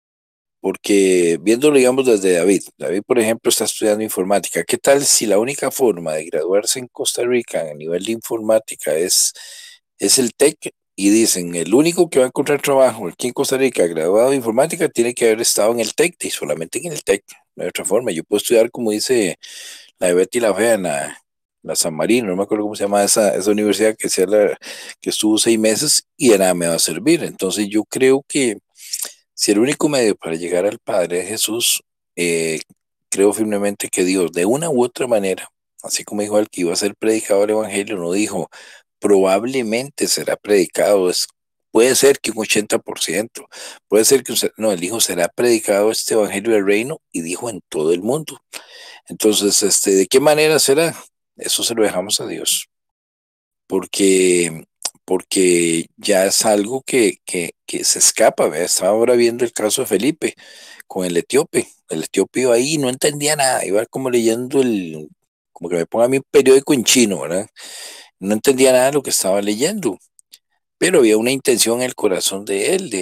Porque viéndolo, digamos, desde David, por ejemplo, está estudiando informática. ¿Qué tal si la única forma de graduarse en Costa Rica a nivel de informática es el TEC? Y dicen, el único que va a encontrar trabajo aquí en Costa Rica graduado de informática tiene que haber estado en el TEC y solamente en el TEC. No hay otra forma. Yo puedo estudiar, como dice la de Betty la Fea, en la San Marino, no me acuerdo cómo se llama esa universidad que estuvo 6 meses y de nada me va a servir. Entonces yo creo que si el único medio para llegar al Padre es Jesús, eh, creo firmemente que Dios, de una u otra manera, así como dijo el que iba a ser predicado el Evangelio, no dijo probablemente será predicado, puede ser que un 80%, puede ser que no, él dijo será predicado este Evangelio del Reino y dijo en todo el mundo. Entonces, ¿de qué manera será? Eso se lo dejamos a Dios, porque ya es algo que se escapa. ¿Ve? Estaba ahora viendo el caso de Felipe con el etíope. El etíope iba ahí y no entendía nada, iba como leyendo como que me ponga a mí un periódico en chino, ¿verdad? No entendía nada de lo que estaba leyendo, pero había una intención en el corazón de él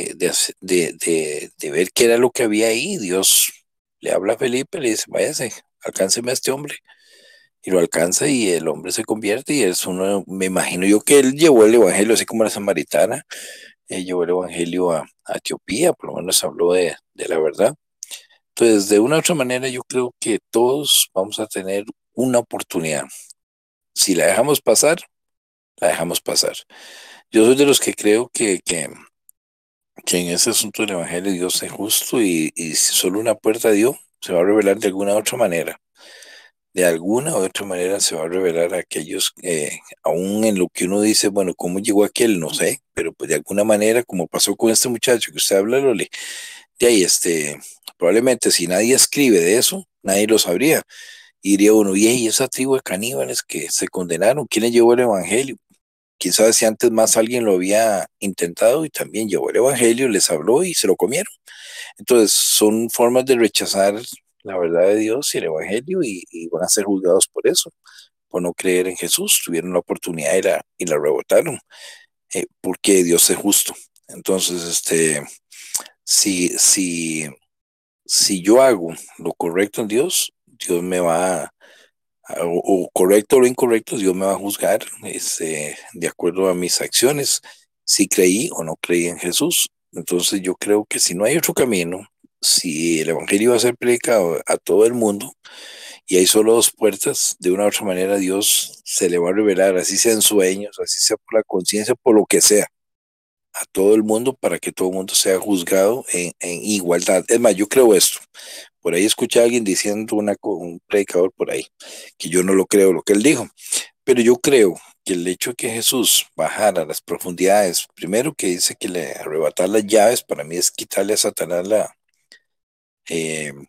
de ver qué era lo que había ahí. Dios le habla a Felipe, le dice, váyase, alcánceme a este hombre y lo alcanza y el hombre se convierte y es uno, me imagino yo que él llevó el evangelio, así como la samaritana, llevó el evangelio a Etiopía, por lo menos habló de la verdad. Entonces, de una u otra manera, yo creo que todos vamos a tener una oportunidad. Si la dejamos pasar, la dejamos pasar. Yo soy de los que creo que en ese asunto del evangelio Dios es justo y si solo una puerta dio, se va a revelar de alguna u otra manera. De alguna u otra manera se va a revelar a aquellos, aún en lo que uno dice, bueno, ¿cómo llegó aquel? No sé, pero pues de alguna manera, como pasó con este muchacho que usted habla, Loli, de ahí, probablemente si nadie escribe de eso, nadie lo sabría. Y diría uno, y esa tribu de caníbales que se condenaron, ¿quién le llevó el evangelio? Quién sabe si antes más alguien lo había intentado y también llevó el evangelio, les habló y se lo comieron. Entonces, son formas de rechazar la verdad de Dios y el Evangelio y van a ser juzgados por eso, por no creer en Jesús. Tuvieron la oportunidad y la rebotaron, porque Dios es justo. Entonces, si, si, si yo hago lo correcto en Dios, Dios me va o correcto o lo incorrecto, Dios me va a juzgar de acuerdo a mis acciones, si creí o no creí en Jesús. Entonces yo creo que si no hay otro camino, si el Evangelio va a ser predicado a todo el mundo y hay solo dos puertas, de una u otra manera Dios se le va a revelar, así sea en sueños, así sea por la conciencia, por lo que sea, a todo el mundo para que todo el mundo sea juzgado en igualdad. Es más, yo creo esto. Por ahí escuché a alguien diciendo, un predicador por ahí, que yo no lo creo lo que él dijo, pero yo creo que el hecho de que Jesús bajara a las profundidades, primero que dice que le arrebatar las llaves, para mí es quitarle a Satanás eh,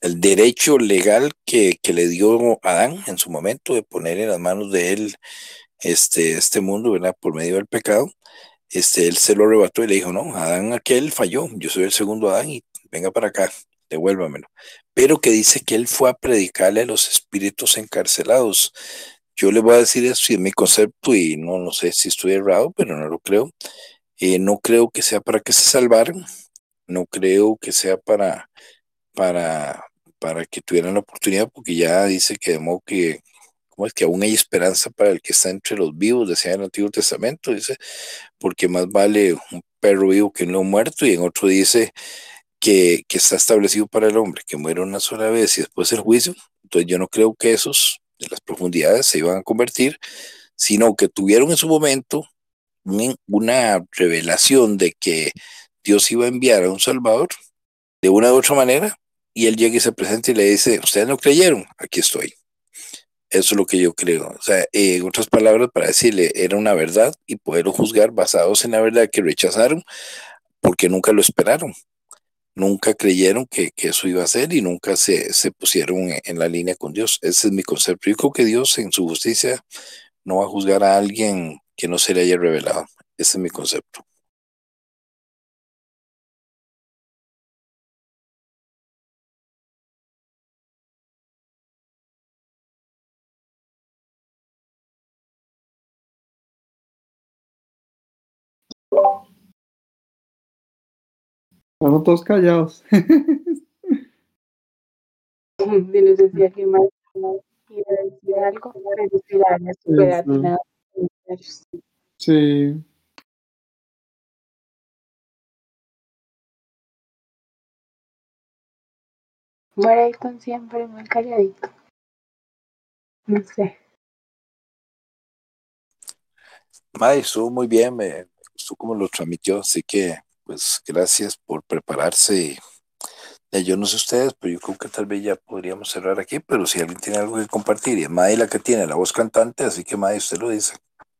el derecho legal que le dio Adán en su momento de poner en las manos de él este mundo, ¿verdad? Por medio del pecado. Él se lo arrebató y le dijo, no, Adán aquel falló, yo soy el segundo Adán y venga para acá, devuélvamelo. Pero que dice que él fue a predicarle a los espíritus encarcelados. Yo le voy a decir eso, si es mi concepto, y no sé si estoy errado, pero no lo creo. No creo que sea para que se salvaran, no creo que sea para, para que tuvieran la oportunidad, porque ya dice que de modo que, ¿cómo es que aún hay esperanza para el que está entre los vivos? Decía en el Antiguo Testamento, dice, porque más vale un perro vivo que un león muerto, y en otro dice que está establecido para el hombre, que muere una sola vez y después el juicio. Entonces yo no creo que esos de las profundidades se iban a convertir, sino que tuvieron en su momento una revelación de que Dios iba a enviar a un Salvador de una u otra manera, y él llega y se presenta y le dice, ustedes no creyeron, aquí estoy. Eso es lo que yo creo. O sea, en otras palabras, para decirle, era una verdad y poderlo juzgar basados en la verdad que rechazaron, porque nunca lo esperaron. Nunca creyeron que eso iba a ser, y nunca se pusieron en la línea con Dios. Ese es mi concepto. Yo creo que Dios en su justicia no va a juzgar a alguien que no se le haya revelado. Ese es mi concepto. Estamos todos callados. Si no sé si alguien más quiere decir algo, pero sí, la verdad es súper atinado. Sí. Brayton siempre muy calladito. No sé. Mae, estuvo muy bien, me gustó cómo lo transmitió, así que pues gracias por prepararse. Yo no sé ustedes, pero yo creo que tal vez ya podríamos cerrar aquí, pero si alguien tiene algo que compartir, y es Mae la que tiene la voz cantante, así que Mae, usted lo dice.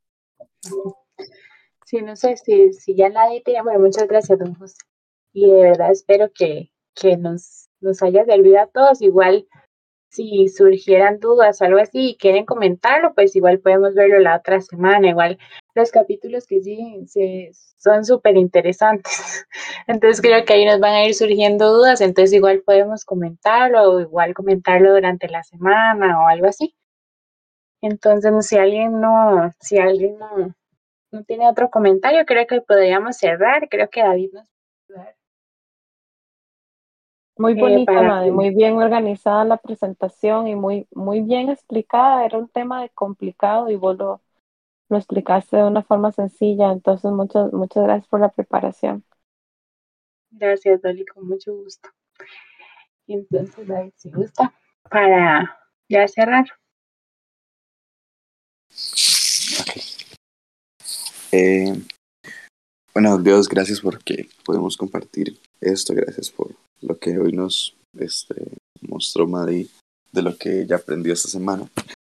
Sí, no sé si ya nadie tiene. Bueno, muchas gracias, don José. Y de verdad espero que nos haya servido a todos. Igual, si surgieran dudas o algo así y quieren comentarlo, pues igual podemos verlo la otra semana. Igual los capítulos que son súper interesantes. Entonces creo que ahí nos van a ir surgiendo dudas. Entonces igual podemos comentarlo o igual comentarlo durante la semana o algo así. Entonces, si alguien no tiene otro comentario, creo que podríamos cerrar. Creo que David nos puede ayudar. Muy bonita, Para Madre, muy bien organizada la presentación y muy bien explicada. Era un tema complicado y vos lo explicaste de una forma sencilla. Entonces, muchas gracias por la preparación. Gracias, Dolly, con mucho gusto. Entonces, David, si gusta, para ya cerrar. Bueno, Dios, gracias porque podemos compartir esto. Gracias por lo que hoy nos mostró Madrid de lo que ella aprendió esta semana.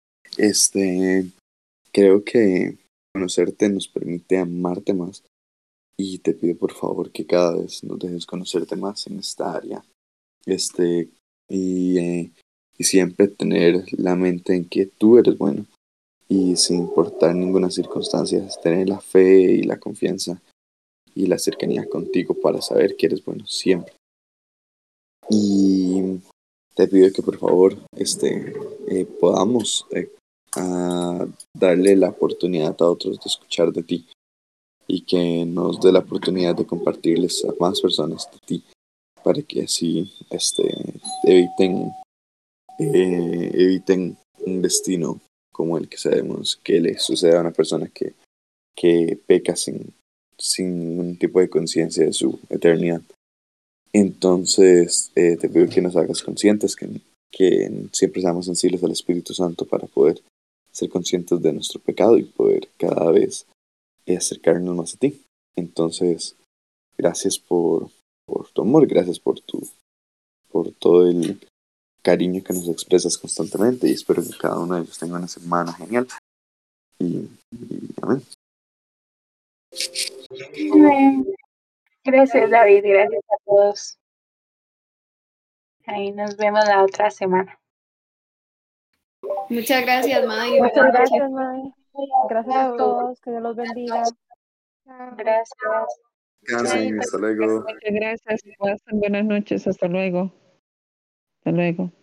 Creo que conocerte nos permite amarte más, y te pido por favor que cada vez nos dejes conocerte más en esta área. Y siempre tener la mente en que tú eres bueno, y sin importar ninguna circunstancia, tener la fe y la confianza y la cercanía contigo para saber que eres bueno siempre. Y te pido que por favor podamos darle la oportunidad a otros de escuchar de ti, y que nos dé la oportunidad de compartirles a más personas de ti, para que así eviten un destino como el que sabemos que le sucede a una persona que peca sin ningún tipo de conciencia de su eternidad. Entonces, te pido que nos hagas conscientes, que siempre seamos sensibles al Espíritu Santo para poder ser conscientes de nuestro pecado y poder cada vez acercarnos más a ti. Entonces, gracias por tu amor, gracias por todo el cariño que nos expresas constantemente, y espero que cada uno de ellos tenga una semana genial. Y amén. Gracias, David. Gracias a todos. Ahí nos vemos la otra semana. Muchas gracias, May. Muchas Buenas noches. gracias, Mae. Gracias a todos. Que Dios los bendiga. Gracias. Descansen, hasta luego. Muchas gracias. Pasen buenas noches. Hasta luego. Hasta luego.